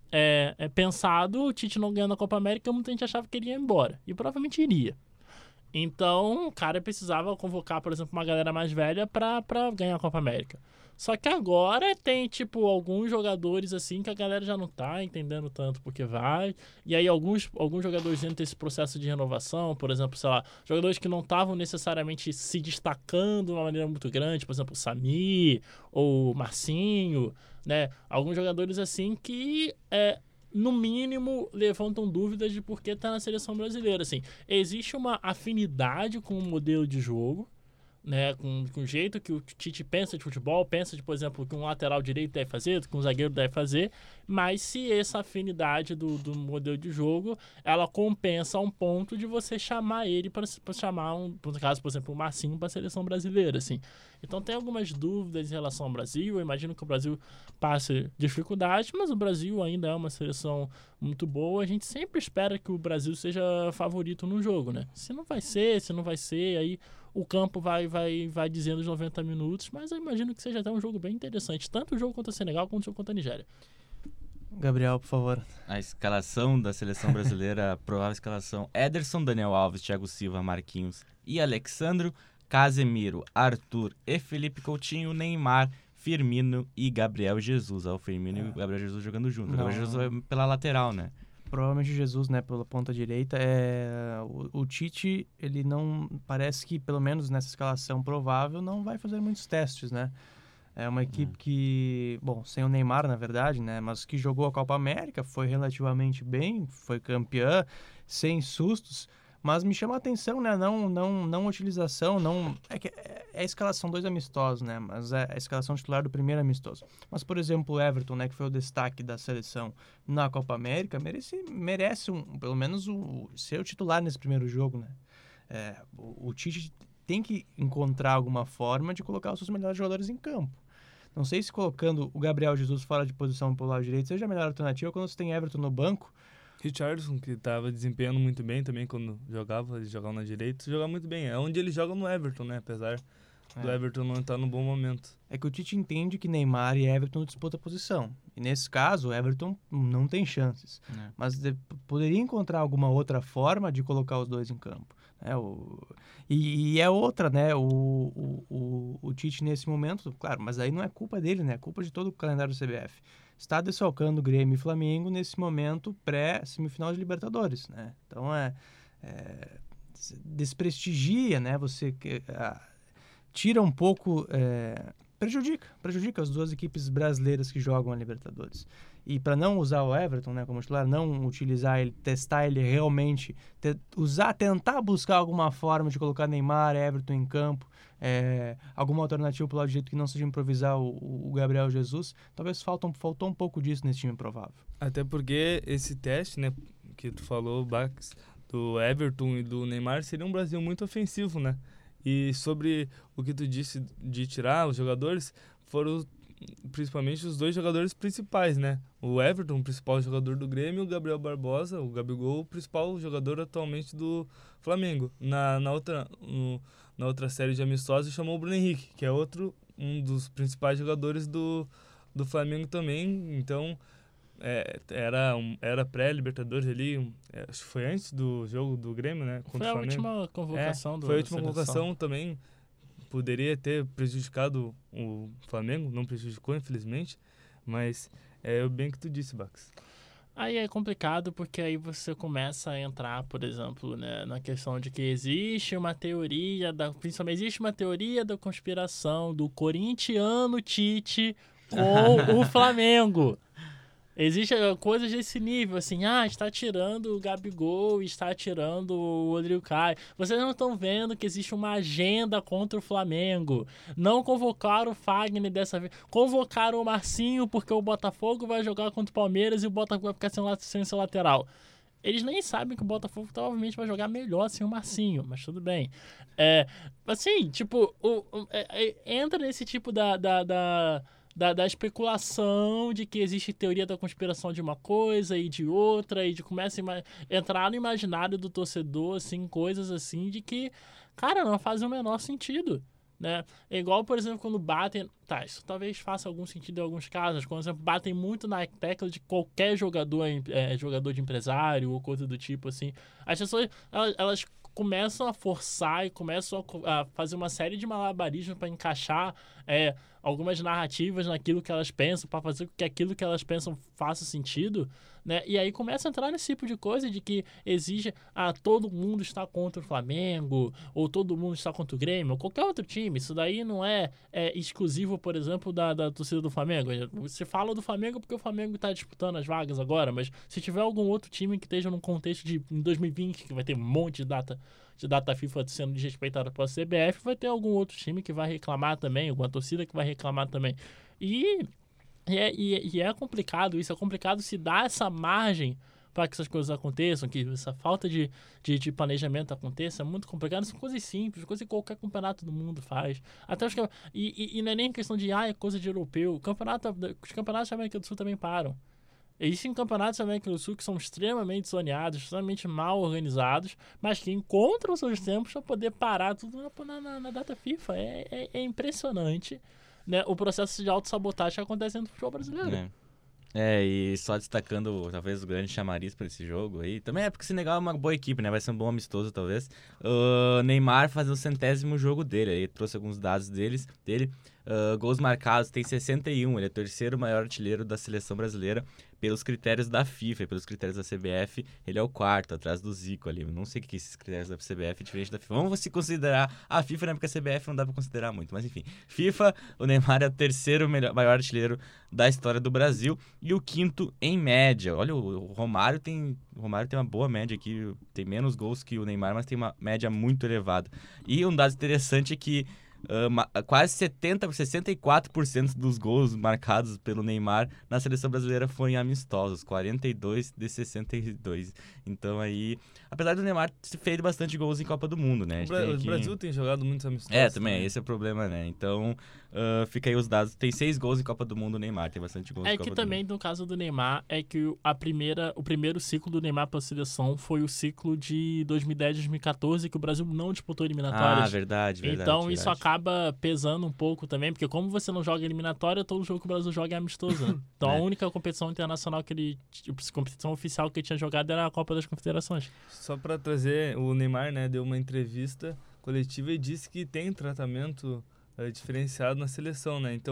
É, é pensado, o Tite não ganhando a Copa América, muita gente achava que ele ia embora. E provavelmente iria. Então, o cara precisava convocar, por exemplo, uma galera mais velha pra, pra ganhar a Copa América. Só que agora tem, tipo, alguns jogadores, assim, que a galera já não tá entendendo tanto porque vai. E aí, alguns, alguns jogadores dentro desse processo de renovação, por exemplo, sei lá, jogadores que não estavam necessariamente se destacando de uma maneira muito grande, por exemplo, o Sami ou o Marcinho, né? Alguns jogadores, assim, que... É, no mínimo, levantam dúvidas de por que tá na seleção brasileira. Assim, existe uma afinidade com o modelo de jogo, né, com, com o jeito que o Tite pensa de futebol, pensa de, por exemplo, que um lateral direito deve fazer, que um zagueiro deve fazer, mas se essa afinidade do, do modelo de jogo, ela compensa a um ponto de você chamar ele para chamar, um, no caso, por exemplo, o Marcinho para a seleção brasileira, assim. Então tem algumas dúvidas em relação ao Brasil, eu imagino que o Brasil passe dificuldade, mas o Brasil ainda é uma seleção muito boa, a gente sempre espera que o Brasil seja favorito no jogo, né? Se não vai ser, se não vai ser, aí o campo vai, vai, vai dizendo os noventa minutos, mas eu imagino que seja até um jogo bem interessante, tanto o jogo contra o Senegal quanto o jogo contra a Nigéria. Gabriel, por favor. A escalação da seleção brasileira, a provável escalação: Ederson, Daniel Alves, Thiago Silva, Marquinhos e Alexandro, Casemiro, Arthur e Felipe Coutinho, Neymar, Firmino e Gabriel Jesus. Ó, o Firmino é. e o Gabriel Jesus jogando junto. O Gabriel Jesus é pela lateral, né? Provavelmente Jesus, né, pela ponta direita. É, o, o Tite, ele não... Parece que, pelo menos nessa escalação provável, não vai fazer muitos testes, né? É uma equipe que... Bom, sem o Neymar, na verdade, né? Mas que jogou a Copa América, foi relativamente bem, foi campeã, sem sustos. Mas me chama a atenção, né? Não, não, não utilização, não... É, que é, é a escalação dois amistosos, né? Mas é a escalação titular do primeiro amistoso. Mas, por exemplo, o Everton, né? Que foi o destaque da seleção na Copa América, merece, merece um, pelo menos o, ser o titular nesse primeiro jogo, né? É, o, o Tite tem que encontrar alguma forma de colocar os seus melhores jogadores em campo. Não sei se colocando o Gabriel Jesus fora de posição pelo lado direito seja a melhor alternativa quando você tem Everton no banco. Richarlison, que estava desempenhando muito bem também quando jogava, ele jogava na direita, jogava muito bem. É onde ele joga no Everton, né? Apesar é. do Everton não estar no bom momento. É que o Tite entende que Neymar e Everton disputam a posição. E nesse caso, o Everton não tem chances. É. Mas de, poderia encontrar alguma outra forma de colocar os dois em campo. É, o, e, e é outra, né? O, o, o, o Tite nesse momento, claro, mas aí não é culpa dele, né? É culpa de todo o calendário do C B F. está desfalcando Grêmio e Flamengo nesse momento pré-semifinal de Libertadores, né? Então, é, é desprestigia, né? Você é, tira um pouco... É, prejudica, prejudica as duas equipes brasileiras que jogam a Libertadores. E para não usar o Everton, né, como titular, não utilizar ele, testar ele realmente, te, usar, tentar buscar alguma forma de colocar Neymar, Everton em campo, é, alguma alternativa para o lado de jeito que não seja improvisar o, o Gabriel Jesus, talvez faltam, faltou um pouco disso nesse time provável. Até porque esse teste, né, que tu falou, Bax, do Everton e do Neymar, seria um Brasil muito ofensivo, né? E sobre o que tu disse de tirar os jogadores, foram principalmente os dois jogadores principais, né? O Everton, o principal jogador do Grêmio, o Gabriel Barbosa, o Gabigol, o principal jogador atualmente do Flamengo. Na, na, outra, no, na outra série de amistosos, chamou o Bruno Henrique, que é outro, um dos principais jogadores do, do Flamengo também. Então, é, era, um, era pré-Libertadores ali, um, é, acho que foi antes do jogo do Grêmio, né? Contra foi a o Flamengo. última convocação é, do Foi a última seleção. convocação também. Poderia ter prejudicado o Flamengo, não prejudicou, infelizmente, mas é o bem que tu disse, Bax. Aí é complicado porque aí você começa a entrar, por exemplo, né, na questão de que existe uma teoria, da, principalmente existe uma teoria da conspiração do corintiano Tite com o Flamengo. Existem coisas desse nível, assim, ah, está tirando o Gabigol, está tirando o Rodrigo Caio. Vocês não estão vendo que existe uma agenda contra o Flamengo. Não convocaram o Fagner dessa vez. Convocaram o Marcinho porque o Botafogo vai jogar contra o Palmeiras e o Botafogo vai ficar sem, sem seu lateral. Eles nem sabem que o Botafogo provavelmente vai jogar melhor sem o Marcinho, mas tudo bem. É, assim, tipo, o, o, é, é, entra nesse tipo da... da, da Da, da especulação de que existe teoria da conspiração de uma coisa e de outra, e de começa a entrar no imaginário do torcedor, assim, coisas assim de que, cara, não faz o menor sentido, né? É igual, por exemplo, quando batem... Tá, isso talvez faça algum sentido em alguns casos, quando, por exemplo, batem muito na tecla de qualquer jogador, é, jogador de empresário ou coisa do tipo, assim. As pessoas, elas... elas começam a forçar e começam a, a fazer uma série de malabarismos para encaixar é, algumas narrativas naquilo que elas pensam, para fazer com que aquilo que elas pensam faça sentido, né? E aí começa a entrar nesse tipo de coisa de que exige ah, todo mundo está contra o Flamengo, ou todo mundo está contra o Grêmio, ou qualquer outro time. Isso daí não é, é exclusivo, por exemplo, da, da torcida do Flamengo. Você fala do Flamengo porque o Flamengo está disputando as vagas agora, mas se tiver algum outro time que esteja num contexto de em dois mil e vinte, que vai ter um monte de data de data FIFA sendo desrespeitada pela C B F, vai ter algum outro time que vai reclamar também, alguma torcida que vai reclamar também. E, e, é, e é complicado isso, é complicado se dar essa margem para que essas coisas aconteçam, que essa falta de, de, de planejamento aconteça, é muito complicado. São coisas simples, coisas que qualquer campeonato do mundo faz. Até os, e, e, e não é nem questão de, ah, é coisa de europeu. O campeonato, os campeonatos da América do Sul também param. Existem campeonatos da América do Sul que são extremamente zoneados, extremamente mal organizados, mas que encontram seus tempos para poder parar tudo na, na, na data FIFA. É, é, é impressionante, né, o processo de autossabotagem que acontece dentro do futebol brasileiro. É. É, e só destacando talvez o grande chamariz para esse jogo aí, também é porque o Senegal é uma boa equipe, né? Vai ser um bom amistoso, talvez. O Neymar faz o centésimo jogo dele, aí trouxe alguns dados deles, dele. Uh, gols marcados, tem sessenta e um, ele é o terceiro maior artilheiro da seleção brasileira pelos critérios da FIFA e pelos critérios da C B F, ele é o quarto, atrás do Zico ali. Eu não sei o que é esses critérios da C B F, diferente da FIFA. Vamos se considerar a FIFA, né? Porque a C B F não dá pra considerar muito, mas enfim. FIFA, o Neymar é o terceiro melhor, maior artilheiro da história do Brasil e o quinto em média. Olha, o Romário tem, o Romário tem uma boa média aqui, tem menos gols que o Neymar, mas tem uma média muito elevada. E um dado interessante é que Uh, quase setenta, sessenta e quatro por cento dos gols marcados pelo Neymar na seleção brasileira foram em amistosos, quarenta e dois de sessenta e dois. Então aí, apesar do Neymar ter feito bastante gols em Copa do Mundo, né? O, Bra- aqui... o Brasil tem jogado muitos amistosos. É, também, também, esse é o problema, né? Então, uh, fica aí os dados. Tem seis gols em Copa do Mundo, o Neymar tem bastante gols é em Copa do Mundo. É que também, no caso do Neymar, é que a primeira, o primeiro ciclo do Neymar para a seleção foi o ciclo de dois mil e dez, dois mil e catorze, que o Brasil não disputou eliminatórias. Ah, verdade, verdade. Então, verdade. isso acaba pesando um pouco também, porque como você não joga eliminatória, todo jogo que o Brasil joga é amistoso, né? Então é. A única competição internacional que ele, competição oficial que ele tinha jogado era a Copa das Confederações. Só para trazer, o Neymar, né, deu uma entrevista coletiva e disse que tem tratamento é, diferenciado na seleção, né? Então,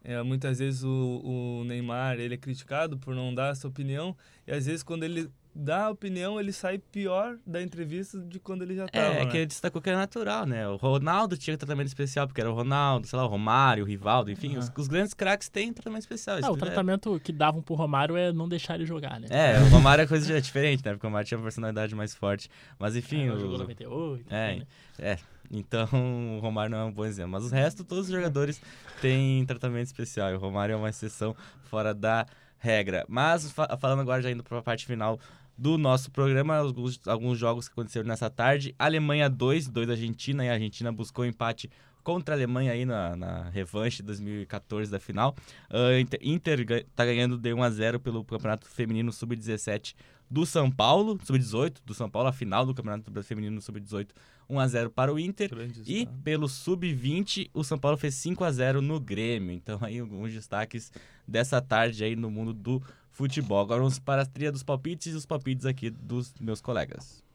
É, muitas vezes o, o Neymar, ele é criticado por não dar essa opinião, e às vezes quando ele dá a opinião, ele sai pior da entrevista de quando ele já estava. É, é né? que ele destacou que era natural, né? O Ronaldo tinha tratamento especial, porque era o Ronaldo, sei lá, o Romário, o Rivaldo, enfim, Ah. os, os grandes craques têm tratamento especial. Ah, isso o é- tratamento que davam pro Romário é não deixar ele jogar, né? É, o Romário é coisa diferente, né? Porque o Romário tinha uma personalidade mais forte. Mas enfim... É, o- jogou noventa e oito. É, né? é. Então, o Romário não é um bom exemplo. Mas o resto, todos os jogadores têm tratamento especial. E o Romário é uma exceção fora da regra. Mas, fa- falando agora, já indo para a parte final do nosso programa, alguns, alguns jogos que aconteceram nessa tarde. Alemanha dois, dois Argentina. E a Argentina buscou empate contra a Alemanha aí na, na revanche de dois mil e quatorze da final. Uh, Inter, Inter ga- tá ganhando de um a zero pelo Campeonato Feminino sub dezessete do São Paulo, sub dezoito do São Paulo, a final do Campeonato Feminino sub dezoito, um a zero para o Inter. Grande E estado. pelo sub vinte, o São Paulo fez cinco a zero no Grêmio. Então aí alguns destaques dessa tarde aí no mundo do futebol. Agora vamos para a trilha dos palpites e os palpites aqui dos meus colegas.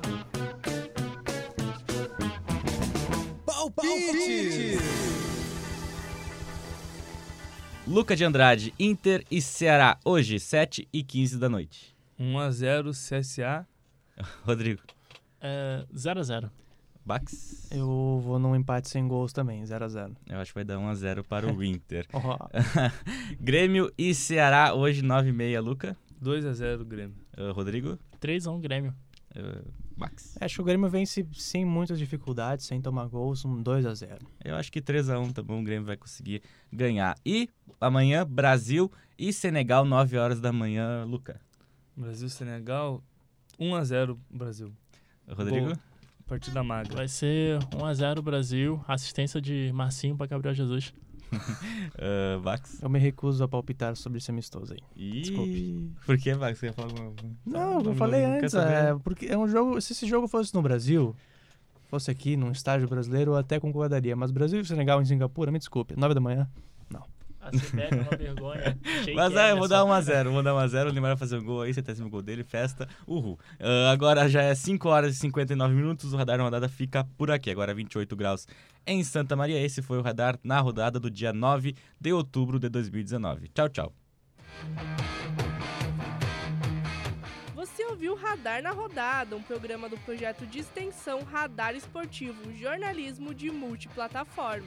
Palpite! Luca de Andrade, Inter e Ceará, hoje, sete e quinze da noite. um a zero C S A. Rodrigo, É, zero a zero. Bax, Eu vou num empate sem gols também, zero a zero. eu acho que vai dar um a zero para o Inter. Ó, Grêmio e Ceará, hoje, nove e meia, Luca. dois a zero Grêmio. Uh, Rodrigo, três a um Grêmio. uh, Bax. acho que o Grêmio vence sem muitas dificuldades, sem tomar gols, um dois a zero. Eu acho que três a um, tá bom? O Grêmio vai conseguir ganhar. E amanhã, Brasil e Senegal, nove horas da manhã, Luca. Brasil, Senegal, um a zero Brasil. Rodrigo? Gol. Partida magra. Vai ser um a zero Brasil. Assistência de Marcinho para Gabriel Jesus. Uh, Bax? Eu me recuso a palpitar sobre esse amistoso aí. Ih, Desculpe. Por que, Bax? Você ia falar alguma... Não, eu falei quer antes, saber? é, porque é um jogo, se esse jogo fosse no Brasil, fosse aqui num estádio brasileiro, eu até concordaria, mas Brasil e Senegal em Singapura, me desculpe, nove da manhã. A C B F é uma vergonha. Mas é, eu vou dar um a zero, vou dar um a zero, o Neymar vai fazer um gol aí, centésimo gol dele, festa, uhul. Uh, agora já é cinco horas e cinquenta e nove minutos, o Radar na Rodada fica por aqui, agora vinte e oito graus em Santa Maria. Esse foi o Radar na Rodada do dia nove de outubro de dois mil e dezenove. Tchau, tchau. Você ouviu Radar na Rodada, um programa do projeto de extensão Radar Esportivo, jornalismo de multiplataforma.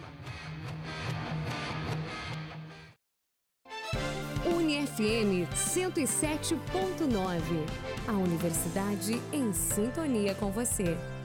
Uni-F M cento e sete ponto nove. A universidade em sintonia com você.